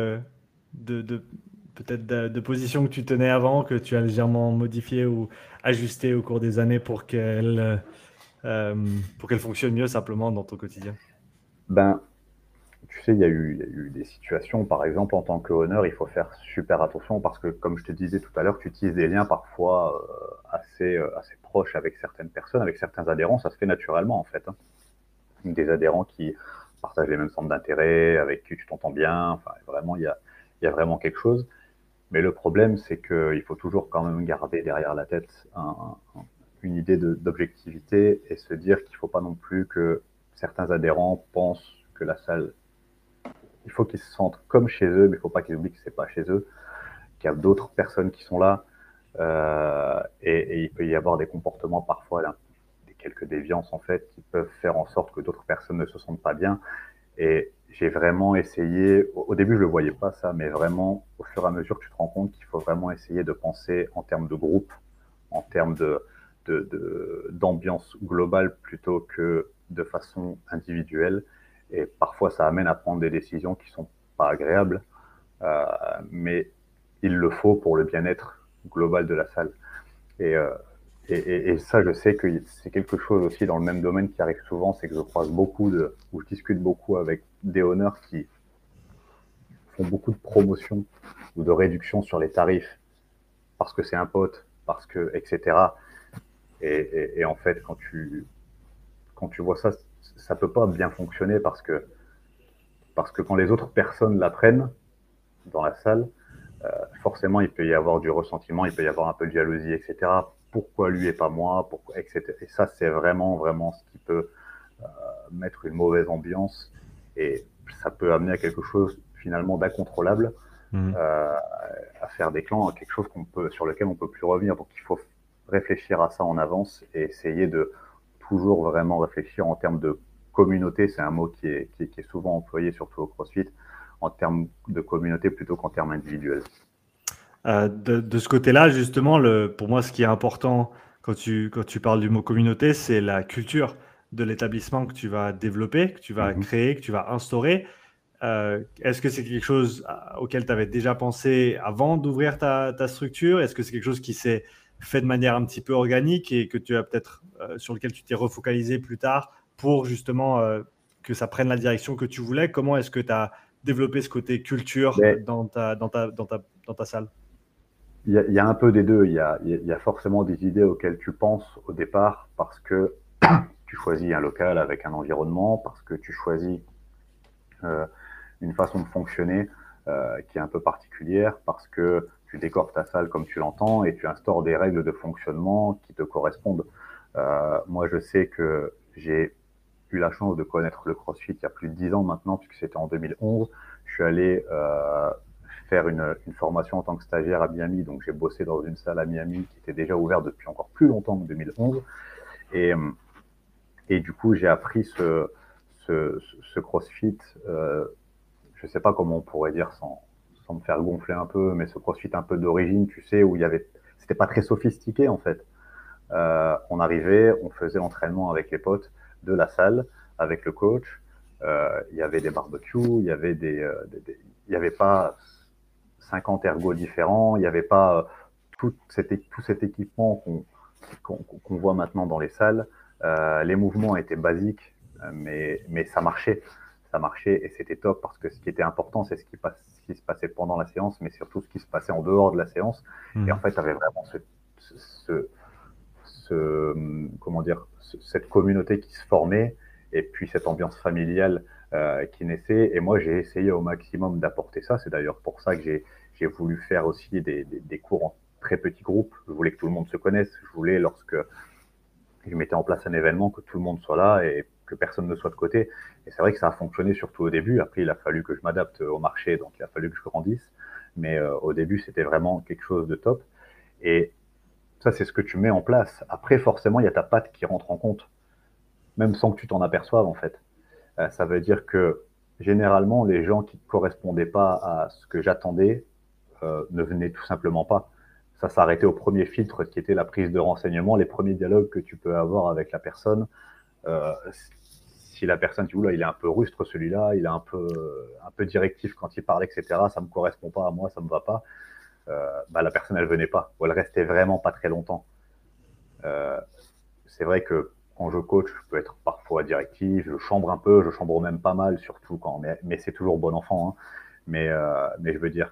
de peut-être de positions que tu tenais avant, que tu as légèrement modifiées ou ajustées au cours des années pour qu'elles fonctionnent mieux simplement dans ton quotidien? Ben, tu sais, il y a eu des situations, par exemple, en tant que honneur, il faut faire super attention parce que, comme je te disais tout à l'heure, tu utilises des liens parfois assez proches avec certaines personnes, avec certains adhérents, ça se fait naturellement en fait, hein. Des adhérents qui partagent les mêmes centres d'intérêt, avec qui tu t'entends bien, enfin, vraiment, il y a vraiment quelque chose. Mais le problème, c'est qu'il faut toujours quand même garder derrière la tête une idée d'objectivité et se dire qu'il ne faut pas non plus que certains adhérents pensent que la salle, il faut qu'ils se sentent comme chez eux, mais il ne faut pas qu'ils oublient que c'est pas chez eux, qu'il y a d'autres personnes qui sont là, et il peut y avoir des comportements parfois, là, quelques déviances en fait, qui peuvent faire en sorte que d'autres personnes ne se sentent pas bien. Et j'ai vraiment essayé, au début je le voyais pas ça, mais vraiment au fur et à mesure tu te rends compte qu'il faut vraiment essayer de penser en termes de groupe, en termes d'ambiance globale plutôt que de façon individuelle. Et parfois ça amène à prendre des décisions qui sont pas agréables, euh, mais il le faut pour le bien-être global de la salle. Et, euh, et ça, je sais que c'est quelque chose aussi dans le même domaine qui arrive souvent, c'est que je croise ou je discute beaucoup avec des honneurs qui font beaucoup de promotions ou de réductions sur les tarifs parce que c'est un pote, parce que, etc. Et en fait, quand tu vois ça, ça peut pas bien fonctionner parce que quand les autres personnes l'apprennent dans la salle, forcément, il peut y avoir du ressentiment, il peut y avoir un peu de jalousie, etc. Pourquoi lui et pas moi, pourquoi, etc. Et ça, c'est vraiment ce qui peut mettre une mauvaise ambiance et ça peut amener à quelque chose finalement d'incontrôlable, Mhm. euh, à faire des clans, à quelque chose sur lequel on peut plus revenir. Donc il faut réfléchir à ça en avance et essayer de toujours vraiment réfléchir en termes de communauté. C'est un mot qui est souvent employé, surtout au CrossFit, en termes de communauté plutôt qu'en termes individuels. De ce côté-là, justement, pour moi, ce qui est important quand tu parles du mot communauté, c'est la culture de l'établissement que tu vas développer, que tu vas Mm-hmm. créer, que tu vas instaurer. Est-ce que c'est quelque chose auquel tu avais déjà pensé avant d'ouvrir ta structure? Est-ce que c'est quelque chose qui s'est fait de manière un petit peu organique et que tu as peut-être sur lequel tu t'es refocalisé plus tard pour justement que ça prenne la direction que tu voulais. Comment est-ce que tu as développé ce côté culture Mais dans ta salle? il y a un peu des deux. Il y a forcément des idées auxquelles tu penses au départ parce que tu choisis un local avec un environnement, parce que tu choisis euh, une façon de fonctionner qui est un peu particulière, parce que tu décores ta salle comme tu l'entends et tu instaures des règles de fonctionnement qui te correspondent. Moi, je sais que j'ai eu la chance de connaître le CrossFit il y a plus de 10 ans maintenant, puisque c'était en 2011. Je suis allé faire une formation en tant que stagiaire à Miami, donc j'ai bossé dans une salle à Miami qui était déjà ouverte depuis encore plus longtemps que 2011. Et, et du coup, j'ai appris ce CrossFit, je sais pas comment on pourrait dire sans me faire gonfler un peu, mais ce CrossFit un peu d'origine, tu sais, où c'était pas très sophistiqué en fait. On arrivait, on faisait l'entraînement avec les potes de la salle, avec le coach. Il y avait des barbecues, il y avait il y avait pas 50 ergots différents, il n'y avait pas tout cet équipement qu'on voit maintenant dans les salles. Les mouvements étaient basiques, mais ça marchait. Ça marchait et c'était top parce que ce qui était important, c'est ce qui se passait pendant la séance, mais surtout ce qui se passait en dehors de la séance. Et en fait, tu avais vraiment comment dire, cette communauté qui se formait et puis cette ambiance familiale qui naissait. Et moi, j'ai essayé au maximum d'apporter ça. C'est d'ailleurs pour ça que j'ai voulu faire aussi des cours en très petits groupes. Je voulais que tout le monde se connaisse. Je voulais, lorsque je mettais en place un événement, que tout le monde soit là et que personne ne soit de côté. Et c'est vrai que ça a fonctionné surtout au début. Après, il a fallu que je m'adapte au marché, donc il a fallu que je grandisse. Mais au début, c'était vraiment quelque chose de top. Et ça, c'est ce que tu mets en place. Après, forcément, il y a ta patte qui rentre en compte, même sans que tu t'en aperçoives, en fait. Ça veut dire que généralement, les gens qui ne correspondaient pas à ce que j'attendais ne venaient tout simplement pas. Ça s'arrêtait au premier filtre qui était la prise de renseignements, les premiers dialogues que tu peux avoir avec la personne. Euh, si la personne dit, oula, il est un peu rustre celui-là, il est un peu directif quand il parle, etc., ça ne me correspond pas à moi, ça ne me va pas, la personne, elle venait pas, ou elle restait vraiment pas très longtemps. C'est vrai que quand je coach, je peux être parfois directif, je chambre un peu, je chambre même pas mal, surtout mais c'est toujours bon enfant, hein. Mais je veux dire,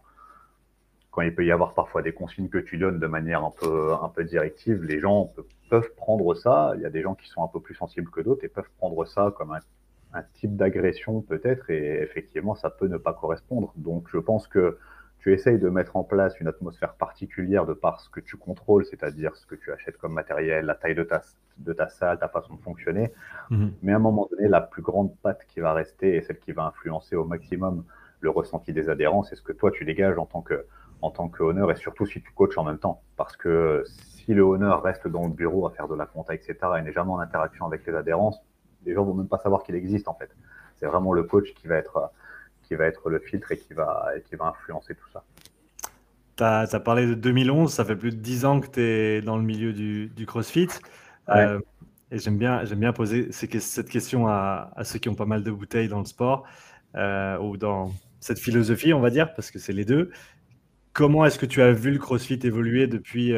quand il peut y avoir parfois des consignes que tu donnes de manière un peu directive, les gens peuvent prendre ça. Il y a des gens qui sont un peu plus sensibles que d'autres et peuvent prendre ça comme un type d'agression peut-être, et effectivement, ça peut ne pas correspondre. Donc, je pense que tu essayes de mettre en place une atmosphère particulière de par ce que tu contrôles, c'est-à-dire ce que tu achètes comme matériel, la taille de ta salle, ta façon de fonctionner. Mais à un moment donné, la plus grande patte qui va rester et celle qui va influencer au maximum le ressenti des adhérents, c'est ce que toi tu dégages en tant que honneur, et surtout si tu coaches en même temps. Parce que si le honneur reste dans le bureau à faire de la compta, etc., et n'est jamais en interaction avec les adhérents, les gens vont même pas savoir qu'il existe en fait. C'est vraiment le coach qui va être le filtre et qui va influencer tout ça. Tu as parlé de 2011, ça fait plus de 10 ans que tu es dans le milieu du CrossFit. Ouais. Et j'aime bien poser cette question à ceux qui ont pas mal de bouteilles dans le sport ou dans cette philosophie, on va dire, parce que c'est les deux. Comment est-ce que tu as vu le CrossFit évoluer depuis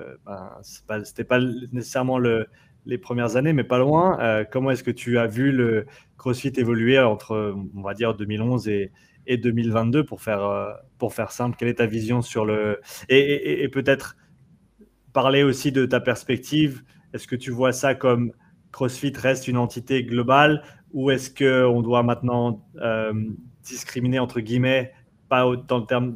c'était pas nécessairement les premières années, mais pas loin. Comment est-ce que tu as vu le CrossFit évoluer entre, on va dire, 2011 et 2022 pour faire simple? Quelle est ta vision sur le... Et peut-être parler aussi de ta perspective. Est-ce que tu vois ça comme CrossFit reste une entité globale ou est-ce qu'on doit maintenant discriminer entre guillemets, pas dans le terme,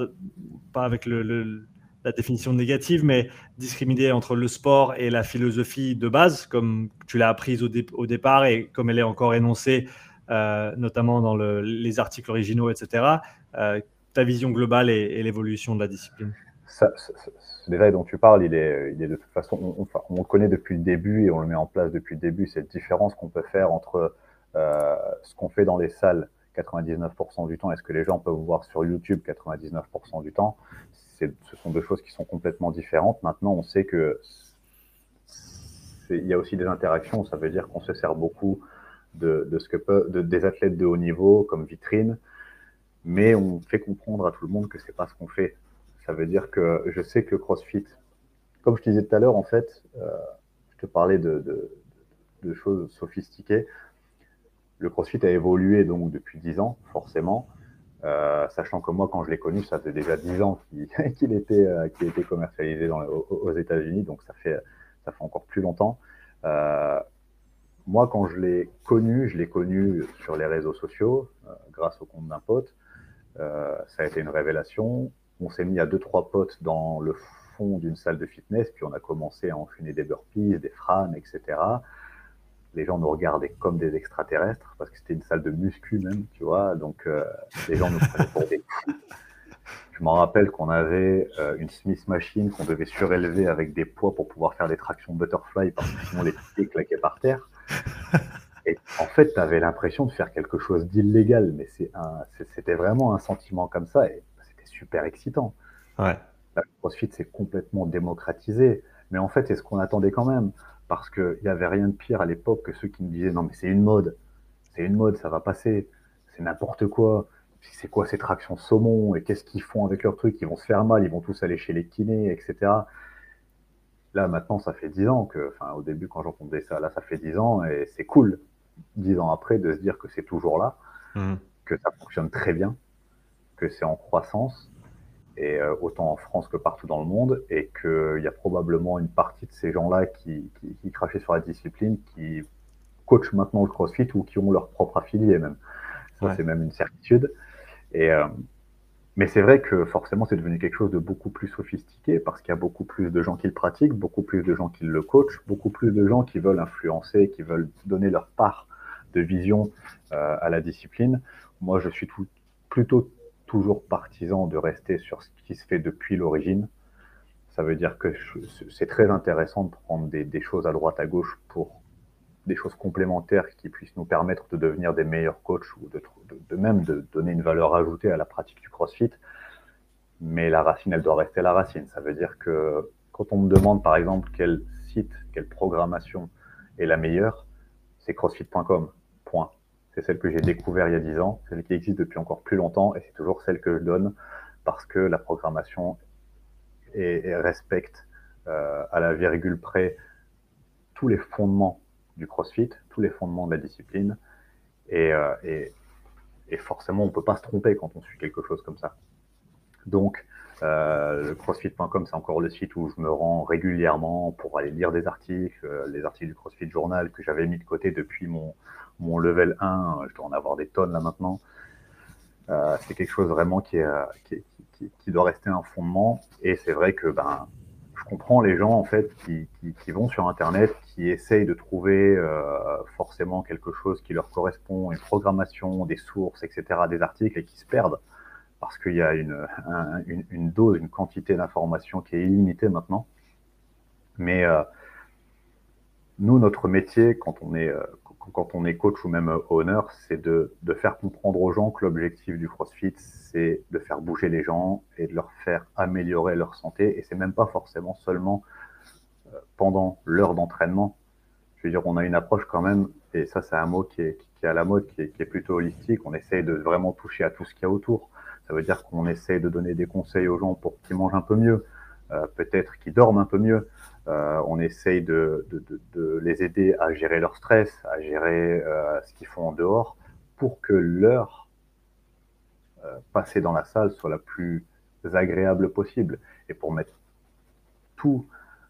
pas avec la définition négative, mais discriminer entre le sport et la philosophie de base, comme tu l'as apprise au départ et comme elle est encore énoncée, notamment dans les articles originaux, etc. Ta vision globale et l'évolution de la discipline. Ce détail dont tu parles, il est de toute façon, on le connaît depuis le début et on le met en place depuis le début, cette différence qu'on peut faire entre ce qu'on fait dans les salles 99% du temps et ce que les gens peuvent voir sur YouTube 99% du temps. Ce sont deux choses qui sont complètement différentes. Maintenant, on sait que il y a aussi des interactions, ça veut dire qu'on se sert beaucoup des athlètes de haut niveau comme vitrine, mais on fait comprendre à tout le monde que c'est pas ce qu'on fait. Ça veut dire que je sais que CrossFit comme je te disais tout à l'heure, en fait, je te parlais de choses sophistiquées. Le CrossFit a évolué donc depuis 10 ans, forcément. Sachant que moi, quand je l'ai connu, ça faisait déjà 10 ans qu'il était commercialisé aux États-Unis, donc ça fait encore plus longtemps. Moi, quand je l'ai connu sur les réseaux sociaux, grâce au compte d'un pote. Ça a été une révélation. On s'est mis à 2-3 potes dans le fond d'une salle de fitness, puis on a commencé à enchaîner des burpees, des frames, etc. Les gens nous regardaient comme des extraterrestres, parce que c'était une salle de muscu même, tu vois. Donc, les gens nous prenaient pour des fous. Je m'en rappelle qu'on avait une Smith Machine qu'on devait surélever avec des poids pour pouvoir faire des tractions butterfly, parce que sinon les pieds claquaient par terre. Et en fait, tu avais l'impression de faire quelque chose d'illégal, mais c'était vraiment un sentiment comme ça, et c'était super excitant. Ouais. La CrossFit s'est complètement démocratisé, mais en fait, c'est ce qu'on attendait quand même, parce qu'il n'y avait rien de pire à l'époque que ceux qui me disaient non, mais c'est une mode, ça va passer, c'est n'importe quoi. C'est quoi ces tractions saumon, et qu'est-ce qu'ils font avec leurs trucs? Ils vont se faire mal, ils vont tous aller chez les kinés, etc. Là, maintenant, ça fait 10 ans que, enfin, au début, quand j'entendais ça, là, ça fait 10 ans, et c'est cool, 10 ans après, de se dire que c'est toujours là, que ça fonctionne très bien, que c'est en croissance, et autant en France que partout dans le monde, et qu'il y a probablement une partie de ces gens-là qui crachaient sur la discipline, qui coachent maintenant le CrossFit ou qui ont leur propre affilié même. Ça, Ouais. c'est même une certitude. Mais c'est vrai que forcément, c'est devenu quelque chose de beaucoup plus sophistiqué parce qu'il y a beaucoup plus de gens qui le pratiquent, beaucoup plus de gens qui le coachent, beaucoup plus de gens qui veulent influencer, qui veulent donner leur part de vision à la discipline. Moi, je suis plutôt toujours partisan de rester sur ce qui se fait depuis l'origine. Ça veut dire que c'est très intéressant de prendre des choses à droite, à gauche pour des choses complémentaires qui puissent nous permettre de devenir des meilleurs coachs ou de même de donner une valeur ajoutée à la pratique du CrossFit. Mais la racine, elle doit rester la racine. Ça veut dire que quand on me demande, par exemple, quel site, quelle programmation est la meilleure, c'est crossfit.com. Point. C'est celle que j'ai découvert il y a 10 ans, celle qui existe depuis encore plus longtemps, et c'est toujours celle que je donne parce que la programmation respecte à la virgule près tous les fondements du CrossFit, tous les fondements de la discipline, et forcément, on ne peut pas se tromper quand on suit quelque chose comme ça. Donc, le crossfit.com, c'est encore le site où je me rends régulièrement pour aller lire des articles, les articles du CrossFit Journal que j'avais mis de côté depuis mon level 1. Je dois en avoir des tonnes là maintenant. C'est quelque chose vraiment qui doit rester un fondement. Et c'est vrai que je comprends les gens en fait qui vont sur Internet, qui essayent de trouver forcément quelque chose qui leur correspond, une programmation, des sources, etc., des articles, et qui se perdent parce qu'il y a une dose, une quantité d'informations qui est illimitée maintenant. Mais nous, notre métier, quand on est coach ou même owner, c'est de faire comprendre aux gens que l'objectif du CrossFit, c'est de faire bouger les gens et de leur faire améliorer leur santé. Et c'est même pas forcément seulement pendant l'heure d'entraînement. Je veux dire, on a une approche quand même, et ça c'est un mot qui est à la mode, qui est plutôt holistique. On essaye de vraiment toucher à tout ce qu'il y a autour. Ça veut dire qu'on essaye de donner des conseils aux gens pour qu'ils mangent un peu mieux, peut-être qu'ils dorment un peu mieux. On essaye de les aider à gérer leur stress, à gérer ce qu'ils font en dehors, pour que l'heure passée dans la salle soit la plus agréable possible, et pour mettre tous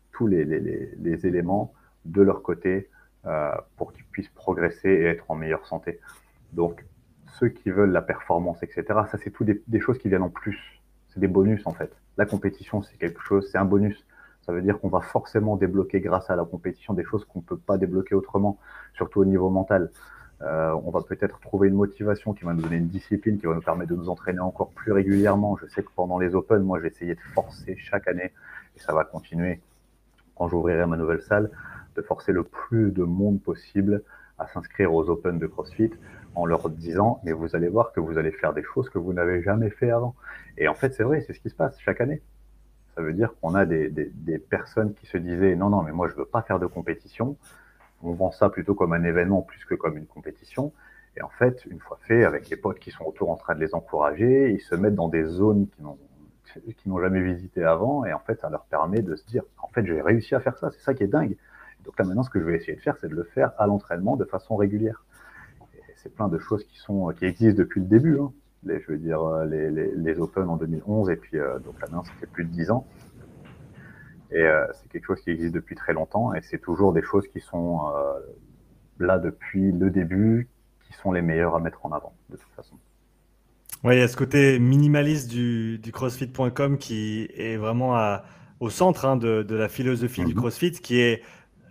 les éléments de leur côté pour qu'ils puissent progresser et être en meilleure santé. Donc, ceux qui veulent la performance, etc., ça, c'est tout des choses qui viennent en plus. C'est des bonus, en fait. La compétition, c'est quelque chose, c'est un bonus. Ça veut dire qu'on va forcément débloquer grâce à la compétition des choses qu'on ne peut pas débloquer autrement, surtout au niveau mental. On va peut-être trouver une motivation qui va nous donner une discipline, qui va nous permettre de nous entraîner encore plus régulièrement. Je sais que pendant les Open, moi, j'ai essayé de forcer chaque année, et ça va continuer quand j'ouvrirai ma nouvelle salle, de forcer le plus de monde possible à s'inscrire aux Open de CrossFit en leur disant « mais vous allez voir que vous allez faire des choses que vous n'avez jamais fait avant ». Et en fait, c'est vrai, c'est ce qui se passe chaque année. Ça veut dire qu'on a des personnes qui se disaient « non, non, mais moi, je ne veux pas faire de compétition ». On vend ça plutôt comme un événement plus que comme une compétition. Et en fait, une fois fait, avec les potes qui sont autour en train de les encourager, ils se mettent dans des zones qui n'ont jamais visité avant, et en fait, ça leur permet de se dire, en fait, j'ai réussi à faire ça, c'est ça qui est dingue. Donc là, maintenant, ce que je vais essayer de faire, c'est de le faire à l'entraînement de façon régulière. Et c'est plein de choses qui existent depuis le début. Hein. Je veux dire, les Open en 2011, et puis donc là, maintenant, ça fait plus de 10 ans. Et c'est quelque chose qui existe depuis très longtemps, et c'est toujours des choses qui sont là depuis le début, qui sont les meilleures à mettre en avant, de toute façon. Ouais, il y a ce côté minimaliste du CrossFit.com qui est vraiment au centre hein, de la philosophie du CrossFit, qui est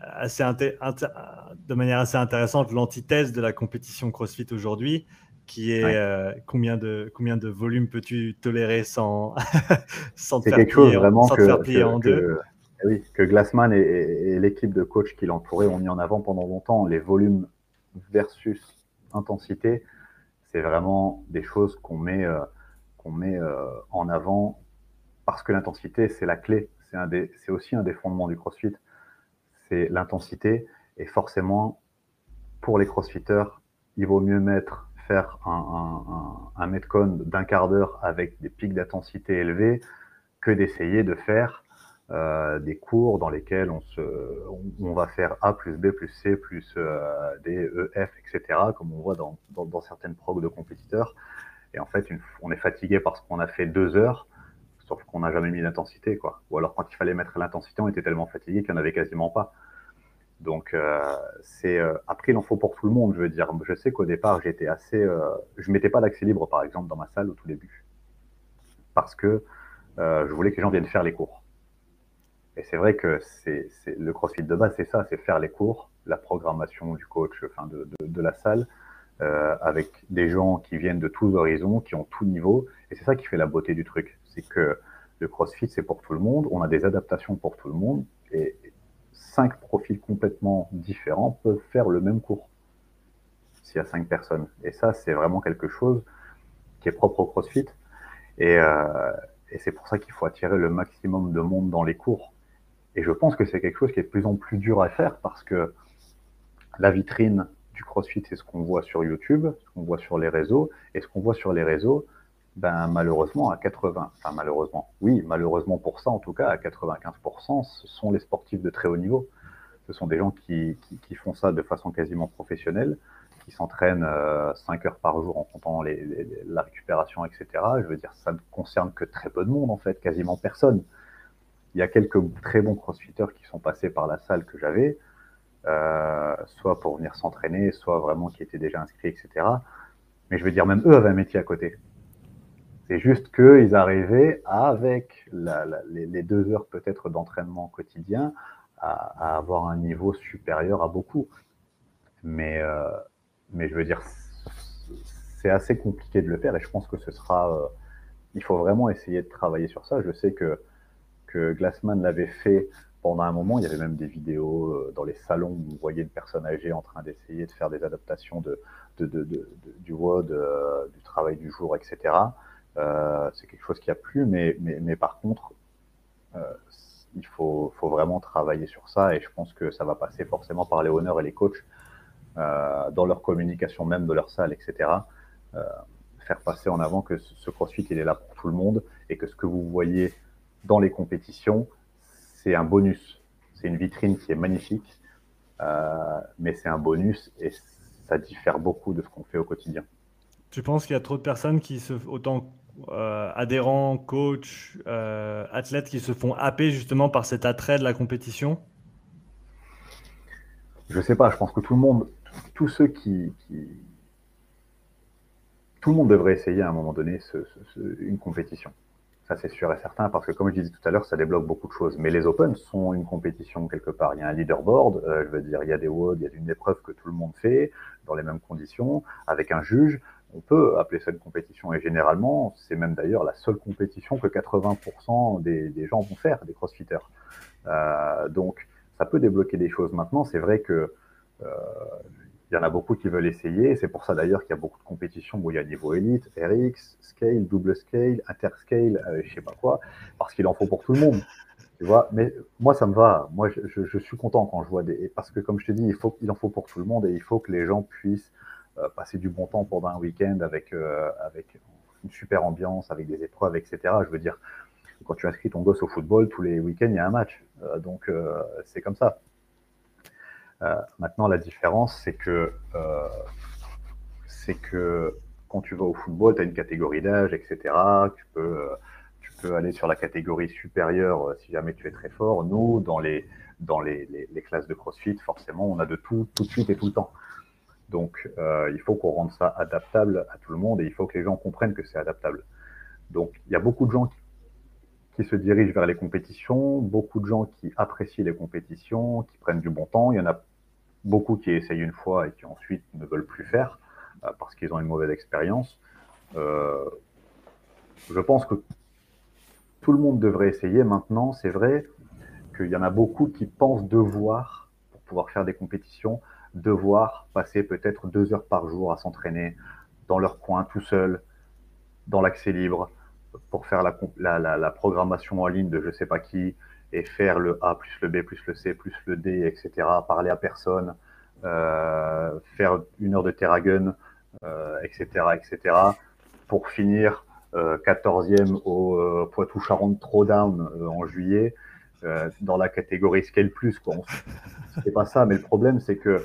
de manière assez intéressante l'antithèse de la compétition CrossFit aujourd'hui, qui est Ouais. combien de volume peux-tu tolérer sans, sans te C'est faire quelque chose plier, vraiment sans te faire plier en deux. oui, que Glassman et l'équipe de coach qui l'entouraient ont mis en avant pendant longtemps. Les volumes versus intensité, c'est vraiment des choses qu'on met en avant parce que l'intensité, c'est la clé. C'est aussi un des fondements du CrossFit. C'est l'intensité. Et forcément, pour les crossfitters, il vaut mieux faire un metcon d'un quart d'heure avec des pics d'intensité élevés que d'essayer de faire des cours dans lesquels on va faire A plus B plus C plus D, E, F, etc., comme on voit dans certaines progs de compétiteurs. Et en fait, on est fatigué parce qu'on a fait 2 heures, sauf qu'on n'a jamais mis d'intensité, quoi. Ou alors, quand il fallait mettre l'intensité, on était tellement fatigué qu'il n'y en avait quasiment pas. Donc, après, il en faut pour tout le monde, je veux dire. Je sais qu'au départ, je mettais pas d'accès libre, par exemple, dans ma salle au tout début. Parce que je voulais que les gens viennent faire les cours. Et c'est vrai que le CrossFit de base, c'est ça, c'est faire les cours, la programmation du coach, enfin de la salle, avec des gens qui viennent de tous horizons, qui ont tout niveau. Et c'est ça qui fait la beauté du truc. C'est que le CrossFit, c'est pour tout le monde. On a des adaptations pour tout le monde. Et 5 profils complètement différents peuvent faire le même cours s'il y a 5 personnes. Et ça, c'est vraiment quelque chose qui est propre au CrossFit. Et c'est pour ça qu'il faut attirer le maximum de monde dans les cours. Et je pense que c'est quelque chose qui est de plus en plus dur à faire parce que la vitrine du CrossFit, c'est ce qu'on voit sur YouTube, ce qu'on voit sur les réseaux. Et ce qu'on voit sur les réseaux, ben, malheureusement, malheureusement pour ça, en tout cas, à 95%, ce sont les sportifs de très haut niveau. Ce sont des gens qui font ça de façon quasiment professionnelle, qui s'entraînent 5 heures par jour en comptant la récupération, etc. Je veux dire, ça ne concerne que très peu de monde, en fait, quasiment personne. Il y a quelques très bons crossfitters qui sont passés par la salle que j'avais, soit pour venir s'entraîner, soit vraiment qui étaient déjà inscrits, etc. Mais je veux dire, même eux avaient un métier à côté. C'est juste qu'ils arrivaient avec les 2 heures peut-être d'entraînement quotidien à avoir un niveau supérieur à beaucoup. Mais je veux dire, c'est assez compliqué de le faire et je pense que il faut vraiment essayer de travailler sur ça. Je sais que Glassman l'avait fait pendant un moment. Il y avait même des vidéos dans les salons où vous voyez une personne âgée en train d'essayer de faire des adaptations du WOD, du travail du jour, etc. C'est quelque chose qui a plu, mais par contre, il faut vraiment travailler sur ça et je pense que ça va passer forcément par les owners et les coachs dans leur communication même de leur salle, etc. Faire passer en avant que ce CrossFit, il est là pour tout le monde et que ce que vous voyez dans les compétitions, c'est un bonus. C'est une vitrine qui est magnifique, mais c'est un bonus et ça diffère beaucoup de ce qu'on fait au quotidien. Tu penses qu'il y a trop de personnes autant adhérents, coachs, athlètes qui se font happer justement par cet attrait de la compétition? Je sais pas, je pense que tout le monde devrait essayer à un moment donné une compétition. Ça, c'est sûr et certain, parce que comme je disais tout à l'heure, ça débloque beaucoup de choses. Mais les Open sont une compétition quelque part. Il y a un leaderboard, je veux dire, il y a des WOD, il y a une épreuve que tout le monde fait, dans les mêmes conditions, avec un juge. On peut appeler ça une compétition. Et généralement, c'est même d'ailleurs la seule compétition que 80% des gens vont faire, des crossfitters. Donc, ça peut débloquer des choses. Maintenant, c'est vrai que il y en a beaucoup qui veulent essayer. C'est pour ça d'ailleurs qu'il y a beaucoup de compétitions où il y a niveau élite, RX, scale, double scale, interscale, je sais pas quoi, parce qu'il en faut pour tout le monde. Tu vois, mais moi ça me va. Moi je suis content quand je vois parce que comme je te dis, il en faut pour tout le monde et il faut que les gens puissent passer du bon temps pendant un week-end avec une super ambiance, avec des épreuves, etc. Je veux dire, quand tu inscris ton gosse au football, tous les week-ends, il y a un match. Donc, c'est comme ça. Maintenant, la différence, c'est que quand tu vas au football, tu as une catégorie d'âge, etc. Tu peux aller sur la catégorie supérieure si jamais tu es très fort. Nous, dans les classes de CrossFit, forcément, on a de tout de suite et tout le temps. Donc, il faut qu'on rende ça adaptable à tout le monde et il faut que les gens comprennent que c'est adaptable. Donc, il y a beaucoup de gens qui se dirigent vers les compétitions, beaucoup de gens qui apprécient les compétitions, qui prennent du bon temps. Il y en a beaucoup qui essayent une fois et qui ensuite ne veulent plus faire parce qu'ils ont une mauvaise expérience. Je pense que tout le monde devrait essayer maintenant. C'est vrai qu'il y en a beaucoup qui pensent devoir, pour pouvoir faire des compétitions, devoir passer peut-être 2 heures par jour à s'entraîner dans leur coin tout seul, dans l'accès libre, pour faire la programmation en ligne de je sais pas qui, et faire le A plus le B plus le C plus le D, etc., parler à personne, faire 1 heure de Terragun, etc., etc., pour finir 14e au Poitou-Charentes Throwdown en juillet, dans la catégorie Scale Plus, quoi. C'est pas ça, mais le problème, c'est que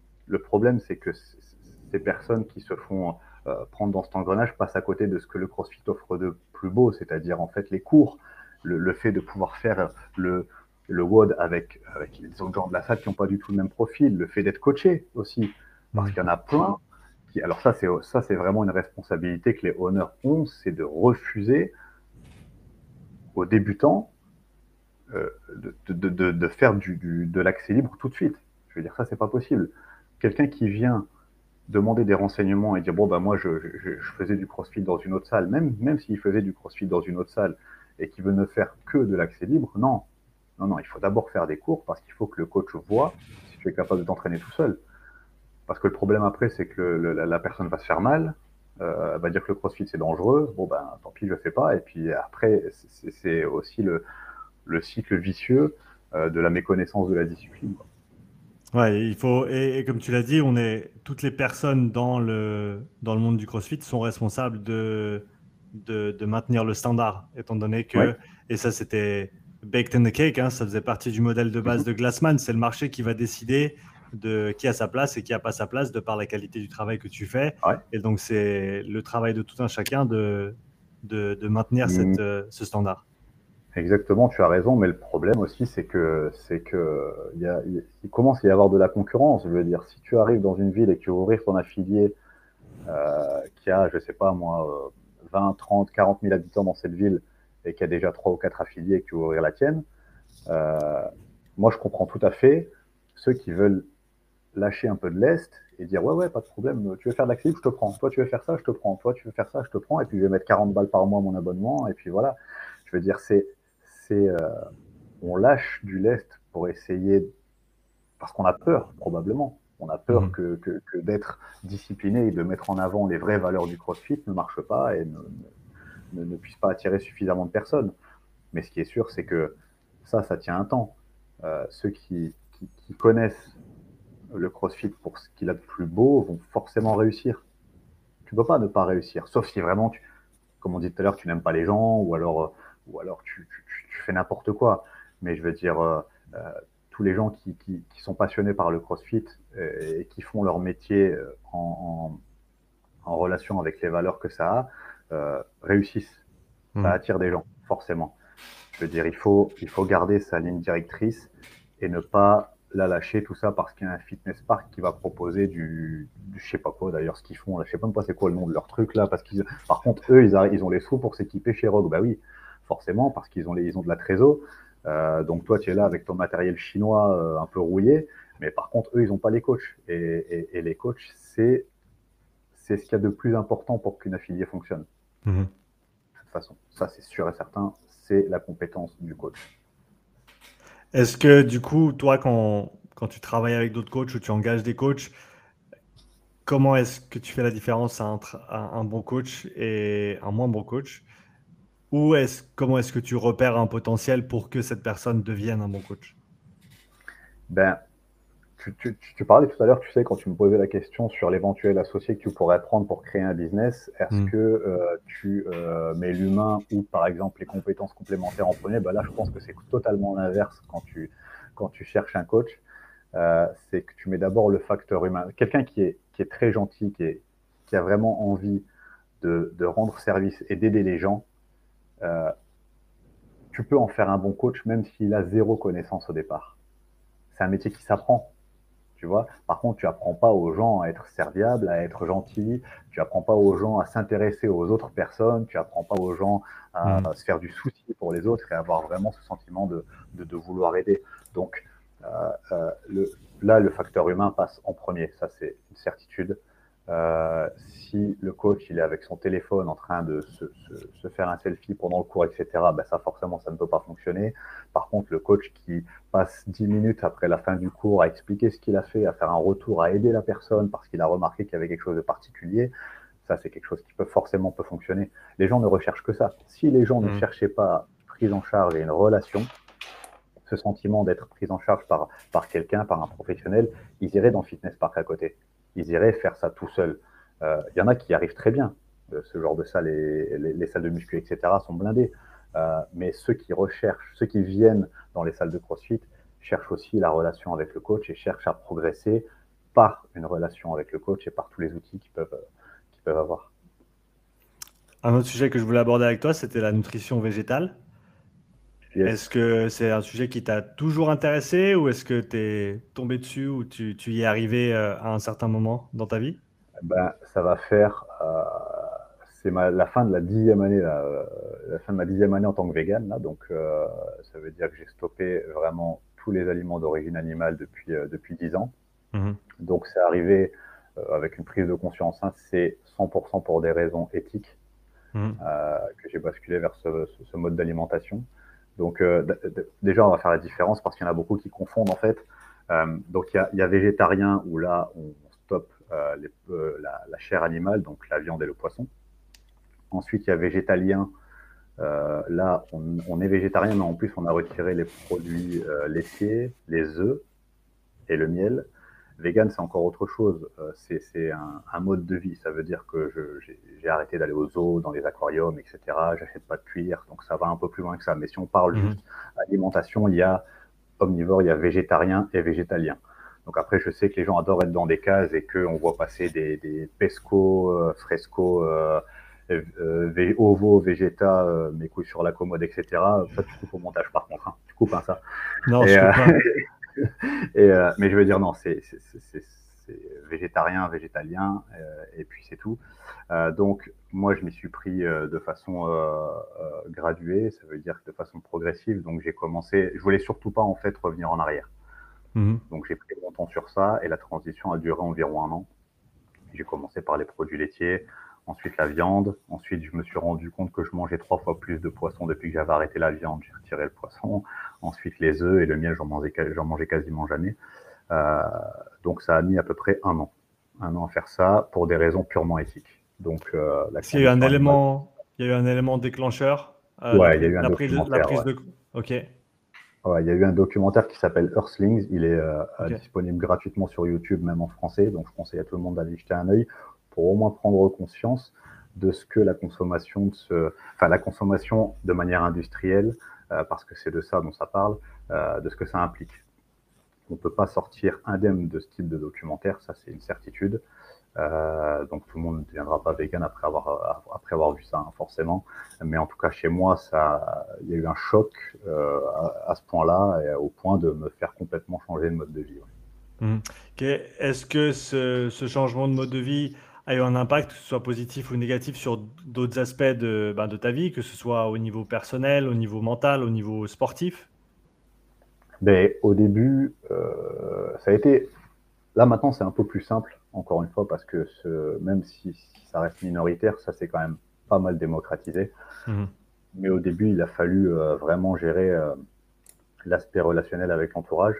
ces personnes qui se font prendre dans cet engrenage passent à côté de ce que le CrossFit offre de plus beau, c'est-à-dire en fait les cours, le fait de pouvoir faire le WOD avec les autres gens de la salle qui n'ont pas du tout le même profil, le fait d'être coaché aussi, parce qu'il y en a plein. Alors ça, c'est vraiment une responsabilité que les owners ont, c'est de refuser aux débutants de faire de l'accès libre tout de suite. Je veux dire, ça, c'est pas possible. Quelqu'un qui vient demander des renseignements et dire bon moi je faisais du CrossFit dans une autre salle, même s'il faisait du CrossFit dans une autre salle et qu'il veut ne faire que de l'accès libre, non, il faut d'abord faire des cours parce qu'il faut que le coach voit si tu es capable de t'entraîner tout seul. Parce que le problème après, c'est que la personne va se faire mal, elle va dire que le CrossFit c'est dangereux, tant pis je le fais pas, et puis après c'est aussi le cycle vicieux de la méconnaissance de la discipline, quoi. Ouais, il faut, et comme tu l'as dit, toutes les personnes dans le monde du CrossFit sont responsables de maintenir le standard, étant donné Ouais. que, et ça c'était baked in the cake, hein, ça faisait partie du modèle de base de Glassman, c'est le marché qui va décider de qui a sa place et qui a pas sa place de par la qualité du travail que tu fais. Ouais. Et donc c'est le travail de tout un chacun de maintenir Mmh. ce standard. Exactement, tu as raison, mais le problème aussi, il commence à y avoir de la concurrence. Je veux dire, si tu arrives dans une ville et que tu veux ouvrir ton affilié qui a, je sais pas moi, 20, 30, 40 000 habitants dans cette ville et qui a déjà 3 ou 4 affiliés et que tu veux ouvrir la tienne, moi je comprends tout à fait ceux qui veulent lâcher un peu de lest et dire ouais, pas de problème, tu veux faire de l'accès libre, je te prends. Toi, tu veux faire ça, je te prends. Toi, tu veux faire ça, je te prends. Et puis, je vais mettre 40 balles par mois mon abonnement. Et puis voilà. Je veux dire, on lâche du lest pour essayer, parce qu'on a peur, probablement. On a peur que d'être discipliné et de mettre en avant les vraies valeurs du CrossFit ne marche pas et ne puisse pas attirer suffisamment de personnes. Mais ce qui est sûr, c'est que ça tient un temps. Ceux qui connaissent le CrossFit pour ce qu'il a de plus beau vont forcément réussir. Tu ne peux pas ne pas réussir, sauf si vraiment, comme on dit tout à l'heure, tu n'aimes pas les gens ou alors tu fais n'importe quoi. Mais je veux dire, tous les gens qui sont passionnés par le CrossFit et qui font leur métier en relation avec les valeurs que ça a, réussissent. Ça attire des gens, forcément. Je veux dire, il faut garder sa ligne directrice et ne pas la lâcher, tout ça parce qu'il y a un fitness park qui va proposer du je sais pas quoi d'ailleurs, ce qu'ils font là, je sais même pas c'est quoi le nom de leur truc là, parce qu'ils, par contre, eux, ils ont les sous pour s'équiper chez Rogue. Bah oui, forcément, parce qu'ils ont de la trésor. Donc toi, tu es là avec ton matériel chinois un peu rouillé, mais par contre, eux, ils n'ont pas les coachs. Et les coachs, c'est ce qu'il y a de plus important pour qu'une affiliée fonctionne. De toute façon, ça, c'est sûr et certain, c'est la compétence du coach. Est-ce que du coup, toi, quand tu travailles avec d'autres coachs ou tu engages des coachs, comment est-ce que tu fais la différence entre un bon coach et un moins bon coach? Ou comment est-ce que tu repères un potentiel pour que cette personne devienne un bon coach? Ben, Tu parlais tout à l'heure, tu sais, quand tu me posais la question sur l'éventuel associé que tu pourrais prendre pour créer un business, est-ce que tu mets l'humain ou par exemple les compétences complémentaires en premier? Bah là, je pense que c'est totalement l'inverse quand tu cherches un coach. C'est que tu mets d'abord le facteur humain. Quelqu'un qui est très gentil, qui a vraiment envie de rendre service et d'aider les gens, euh, tu peux en faire un bon coach même s'il a zéro connaissance au départ. C'est un métier qui s'apprend. Tu vois. Par contre, tu apprends pas aux gens à être serviables, à être gentils. Tu apprends pas aux gens à s'intéresser aux autres personnes. Tu apprends pas aux gens à Mhm. se faire du souci pour les autres et avoir vraiment ce sentiment de vouloir aider. Donc là, le facteur humain passe en premier. Ça, c'est une certitude. Si le coach il est avec son téléphone en train de se faire un selfie pendant le cours, etc., ben ça forcément ça ne peut pas fonctionner. Par contre, le coach qui passe 10 minutes après la fin du cours à expliquer ce qu'il a fait, à faire un retour, à aider la personne parce qu'il a remarqué qu'il y avait quelque chose de particulier, ça c'est quelque chose qui peut fonctionner. Les gens ne recherchent que ça. Si les gens ne Mhm. cherchaient pas prise en charge et une relation, ce sentiment d'être pris en charge par quelqu'un, par un professionnel, ils iraient dans le fitness park à côté. Ils iraient faire ça tout seuls. Y en a qui arrivent très bien. Ce genre de salle, les salles de muscu, etc., sont blindées. Mais ceux qui recherchent, ceux qui viennent dans les salles de CrossFit, cherchent aussi la relation avec le coach et cherchent à progresser par une relation avec le coach et par tous les outils qu'ils peuvent avoir. Un autre sujet que je voulais aborder avec toi, c'était la nutrition végétale. Est-ce Yes. que c'est un sujet qui t'a toujours intéressé ou est-ce que tu es tombé dessus ou tu y es arrivé à un certain moment dans ta vie? Ben, ça va faire, c'est la fin de la 10e année, là, la fin de ma 10e année en tant que vegan, là, donc ça veut dire que j'ai stoppé vraiment tous les aliments d'origine animale depuis 10 ans. Mhm. Donc c'est arrivé avec une prise de conscience, hein, c'est 100% pour des raisons éthiques Mhm. que j'ai basculé vers ce mode d'alimentation. Donc déjà, on va faire la différence parce qu'il y en a beaucoup qui confondent en fait. Donc il y a végétarien où là, on stoppe la chair animale, donc la viande et le poisson. Ensuite, il y a végétalien. Là, on est végétarien, mais en plus, on a retiré les produits laitiers, les œufs et le miel. Vegan, c'est encore autre chose. C'est un mode de vie. Ça veut dire que j'ai arrêté d'aller aux zoos, dans les aquariums, etc. J'achète pas de cuir, donc ça va un peu plus loin que ça. Mais si on parle Mhm. juste alimentation, il y a omnivore, il y a végétarien et végétalien. Donc après, je sais que les gens adorent être dans des cases et qu'on voit passer des pesco, fresco, ovo, végéta, mes couilles sur la commode, etc. Ça, tu coupes au montage par contre. Hein. Tu coupes hein, ça. Non, Et, je coupe pas. mais je veux dire, non, c'est végétarien, végétalien, et puis c'est tout. Donc, moi, je m'y suis pris de façon graduée, ça veut dire de façon progressive. Donc, j'ai commencé, je voulais surtout pas en fait revenir en arrière. Mhm. Donc, j'ai pris mon temps sur ça et la transition a duré environ un an. J'ai commencé par les produits laitiers, ensuite la viande. Ensuite, je me suis rendu compte que je mangeais 3 fois plus de poisson depuis que j'avais arrêté la viande. J'ai retiré le poisson. Ensuite, les œufs et le miel, j'en mangeais quasiment jamais. Euh, donc, ça a mis à peu près un an à faire ça pour des raisons purement éthiques. Donc, la Est-ce qu'il y a eu un condition animale. élément, il y a eu un élément déclencheur, Ouais, il y a eu un la documentaire. prise Ouais. de... Ok, Ouais, il y a eu un documentaire qui s'appelle Earthlings. Il est ok. disponible gratuitement sur YouTube, même en français. Donc, je conseille à tout le monde d'aller y jeter un œil pour au moins prendre conscience de ce que la consommation enfin, la consommation de manière industrielle, parce que c'est de ça dont ça parle, de ce que ça implique. On ne peut pas sortir indemne de ce type de documentaire, ça c'est une certitude. Donc tout le monde ne deviendra pas vegan après avoir vu ça, hein, forcément. Mais en tout cas, chez moi, il y a eu un choc à ce point-là, et au point de me faire complètement changer de mode de vie. Ouais. Mhm. Ok. Est-ce que ce changement de mode de vie a eu un impact, que ce soit positif ou négatif, sur d'autres aspects de ta vie, que ce soit au niveau personnel, au niveau mental, au niveau sportif? Mais au début, ça a été. Là maintenant, c'est un peu plus simple, encore une fois, parce que même si ça reste minoritaire, ça c'est quand même pas mal démocratisé. Mhm. Mais au début, il a fallu vraiment gérer l'aspect relationnel avec l'entourage.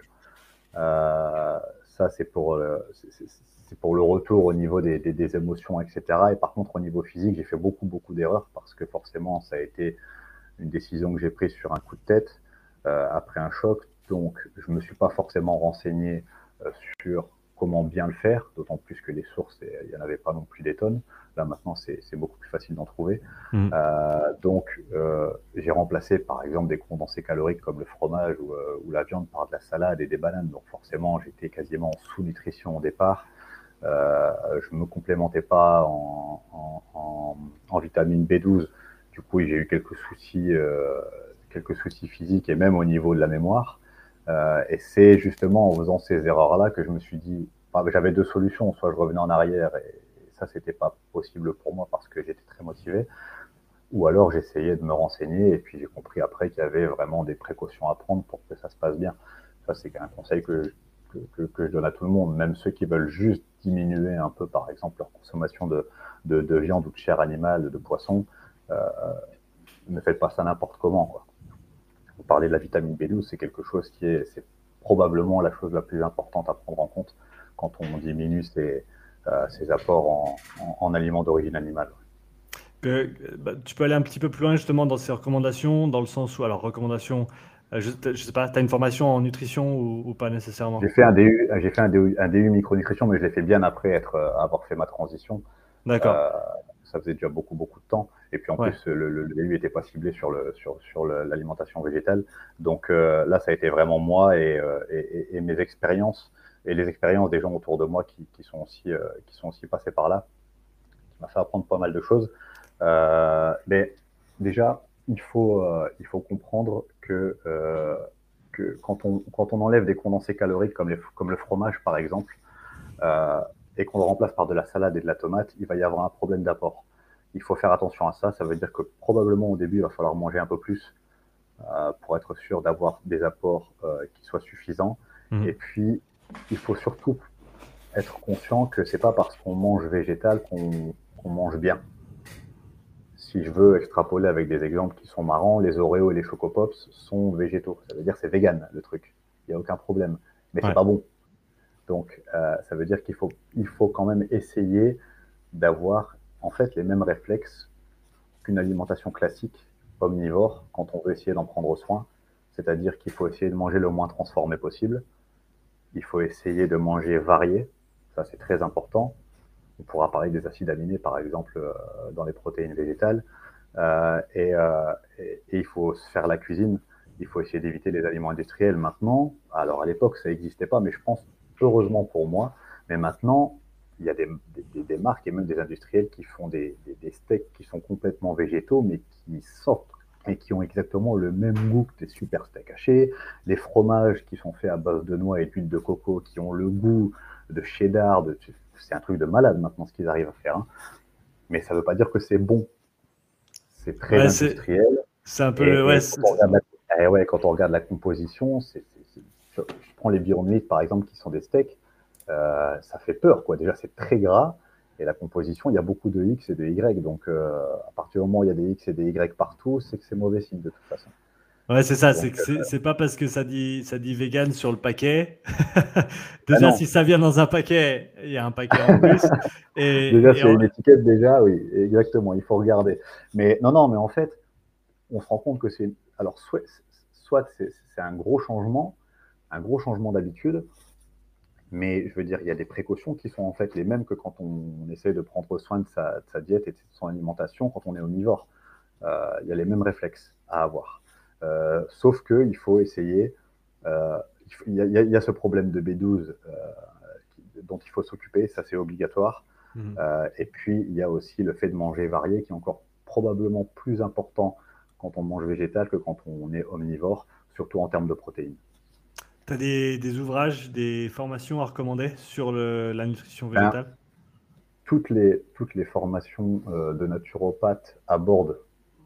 Ça, c'est pour le retour au niveau des émotions, etc. Et par contre, au niveau physique, j'ai fait beaucoup d'erreurs parce que forcément, ça a été une décision que j'ai prise sur un coup de tête après un choc. Donc, je me suis pas forcément renseigné sur comment bien le faire, d'autant plus que les sources, il n'y en avait pas non plus des tonnes. Là, maintenant, c'est beaucoup plus facile d'en trouver. Mhm. Donc, j'ai remplacé, par exemple, des condensés caloriques comme le fromage ou la viande par de la salade et des bananes. Donc, forcément, j'étais quasiment en sous-nutrition au départ. Je me complémentais pas en vitamine B12. Du coup, j'ai eu quelques soucis physiques et même au niveau de la mémoire. Et c'est justement en faisant ces erreurs-là que je me suis dit, enfin, j'avais deux solutions. Soit je revenais en arrière et ça, c'était pas possible pour moi parce que j'étais très motivé. Ou alors j'essayais de me renseigner et puis j'ai compris après qu'il y avait vraiment des précautions à prendre pour que ça se passe bien. Ça, c'est un conseil que je donne à tout le monde, même ceux qui veulent juste diminuer un peu, par exemple, leur consommation de viande ou de chair animale, de poisson. Euh, ne faites pas ça n'importe comment, quoi. Vous parlez de la vitamine B12, c'est quelque chose c'est probablement la chose la plus importante à prendre en compte quand on diminue ses apports en aliments d'origine animale. Tu peux aller un petit peu plus loin justement dans ces recommandations, dans le sens où, alors recommandations, je sais pas, tu as une formation en nutrition ou pas nécessairement? J'ai fait un DU micronutrition, mais je l'ai fait bien après avoir fait ma transition. D'accord, Euh, Ça faisait déjà beaucoup, beaucoup de temps. Et puis en ouais. plus, le DU n'était pas ciblé sur l'alimentation végétale. Donc là, ça a été vraiment moi et mes expériences et les expériences des gens autour de moi qui sont aussi passés par là, qui m'a fait apprendre pas mal de choses. Mais déjà, il faut comprendre que quand on enlève des condensés caloriques comme le fromage, par exemple, et qu'on le remplace par de la salade et de la tomate, il va y avoir un problème d'apport. Il faut faire attention à ça. Ça veut dire que probablement au début, il va falloir manger un peu plus pour être sûr d'avoir des apports qui soient suffisants. Et Mhm. puis, il faut surtout être conscient que c'est pas parce qu'on mange végétal qu'on mange bien. Si je veux extrapoler avec des exemples qui sont marrants, les Oreos et les Choco Pops sont végétaux. Ça veut dire que c'est vegan le truc. Il n'y a aucun problème. Mais c'est Ouais. pas bon. Donc, ça veut dire il faut quand même essayer d'avoir en fait les mêmes réflexes qu'une alimentation classique omnivore quand on veut essayer d'en prendre soin. C'est-à-dire qu'il faut essayer de manger le moins transformé possible. Il faut essayer de manger varié. Ça, c'est très important. On pourra parler des acides aminés, par exemple, dans les protéines végétales. Et il faut se faire la cuisine. Il faut essayer d'éviter les aliments industriels maintenant. Alors, à l'époque, ça n'existait pas, mais je pense, heureusement pour moi, mais maintenant, il y a des marques et même des industriels qui font des steaks qui sont complètement végétaux, mais qui sortent et qui ont exactement le même goût que des super steaks hachés. Les fromages qui sont faits à base de noix et d'huile de coco, qui ont le goût de cheddar, c'est un truc de malade maintenant ce qu'ils arrivent à faire. Hein. Mais ça ne veut pas dire que c'est bon. C'est très Ouais, industriel. c'est un peu le, Et quand on regarde la composition, je prends les Beyond Meat par exemple, qui sont des steaks, ça fait peur, quoi. Déjà, c'est très gras. Et la composition, il y a beaucoup de X et de Y. Donc, à partir du moment où il y a des X et des Y partout, c'est que c'est mauvais signe de toute façon. ouais, c'est ça, c'est Donc, que c'est pas parce que ça dit vegan sur le paquet. ah Déjà, non, si ça vient dans un paquet, il y a un paquet en plus. déjà, Et c'est une étiquette, déjà, oui, exactement, il faut regarder. Mais non, non, mais en fait, on se rend compte que c'est. Alors, soit c'est un gros changement d'habitude, mais je veux dire, il y a des précautions qui sont en fait les mêmes que quand on essaie de prendre soin de sa diète et de son alimentation quand on est omnivore. Il y a les mêmes réflexes à avoir. Sauf qu'il faut essayer. Il y a ce problème de B12 dont il faut s'occuper, ça c'est obligatoire. Mhm. Et puis, il y a aussi le fait de manger varié qui est encore probablement plus important quand on mange végétal que quand on est omnivore, surtout en termes de protéines. T'as des ouvrages, des formations à recommander sur la nutrition Ben, végétale? toutes les formations de naturopathes abordent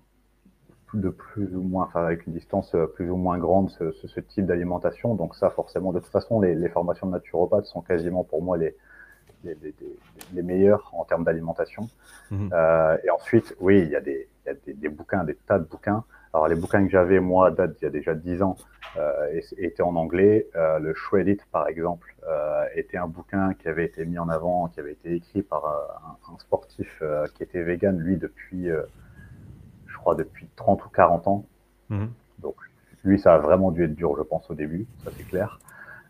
de plus ou moins, enfin avec une distance plus ou moins grande, ce type d'alimentation. Donc ça, forcément, de toute façon, les formations de naturopathes sont quasiment pour moi les, les, les meilleures en termes d'alimentation. Mhm. Et ensuite, oui, il y a des bouquins, des tas de bouquins. Alors, les bouquins que j'avais, moi, datent d'il y a déjà 10 ans, et étaient en anglais. Le Shred It, par exemple, était un bouquin qui avait été mis en avant, qui avait été écrit par un sportif qui était vegan, lui, je crois, depuis 30 ou 40 ans. Mhm. Donc, lui, ça a vraiment dû être dur, je pense, au début, ça c'est clair.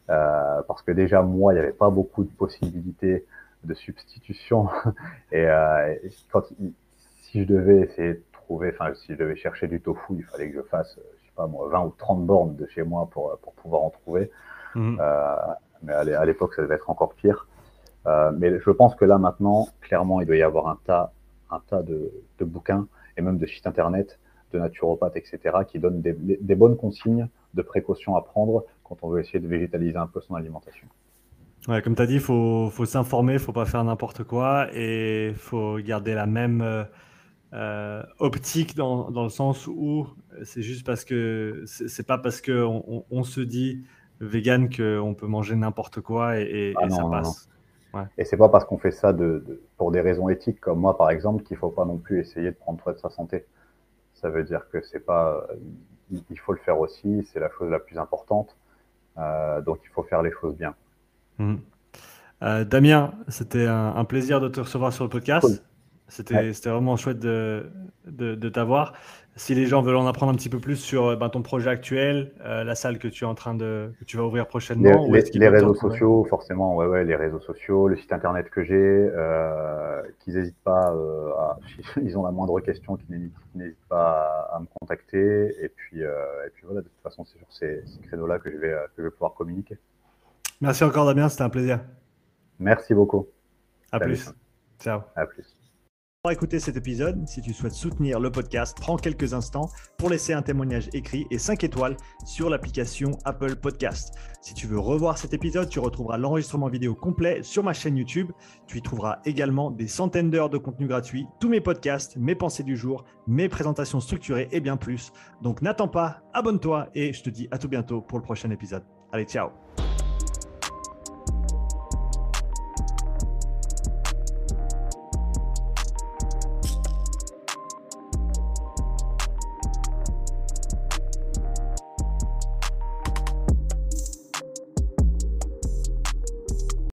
parce que déjà, moi, il n'y avait pas beaucoup de possibilités de substitution. Et si je devais essayer de trouver, enfin, si je devais chercher du tofu, il fallait que je fasse, je sais pas moi, 20 ou 30 bornes de chez moi pour pouvoir en trouver. Mais à l'époque, ça devait être encore pire. Mais je pense que là, maintenant, clairement, il doit y avoir un tas de bouquins et même de sites internet de naturopathes, etc., qui donnent des bonnes consignes de précautions à prendre quand on veut essayer de végétaliser un peu son alimentation. Ouais, comme tu as dit, faut s'informer, faut pas faire n'importe quoi et il faut garder la même optique dans le sens où c'est juste parce que c'est pas parce qu'on se dit vegan qu'on peut manger n'importe quoi Ah et ça non, non, non. passe. Ouais. Et c'est pas parce qu'on fait ça pour des raisons éthiques comme moi, par exemple, qu'il faut pas non plus essayer de prendre soin de sa santé. Ça veut dire que c'est pas, il faut le faire aussi, c'est la chose la plus importante. Donc il faut faire les choses bien. Mhm. Damien, c'était un plaisir de te recevoir sur le Cool. podcast. Ouais. C'était vraiment chouette de t'avoir. Si les gens veulent en apprendre un petit peu plus sur ton projet actuel, la salle que tu es en train que tu vas ouvrir prochainement, où est-ce qu'ils Les peuvent te réseaux retrouver? sociaux, forcément, ouais, les réseaux sociaux, le site internet que j'ai, qu'ils n'hésitent pas, ils ont la moindre question, qu'ils n'hésitent pas à me contacter. Et puis voilà, de toute façon, c'est sur ces créneaux-là que je vais pouvoir communiquer. Merci encore Damien, c'était un plaisir. Merci beaucoup. À Salut. plus. Ciao. À plus. Pour écouter cet épisode, si tu souhaites soutenir le podcast, prends quelques instants pour laisser un témoignage écrit et 5 étoiles sur l'application Apple Podcast. Si tu veux revoir cet épisode, tu retrouveras l'enregistrement vidéo complet sur ma chaîne YouTube. Tu y trouveras également des centaines d'heures de contenu gratuit, tous mes podcasts, mes pensées du jour, mes présentations structurées et bien plus. Donc n'attends pas, abonne-toi et je te dis à tout bientôt pour le prochain épisode. Allez, ciao!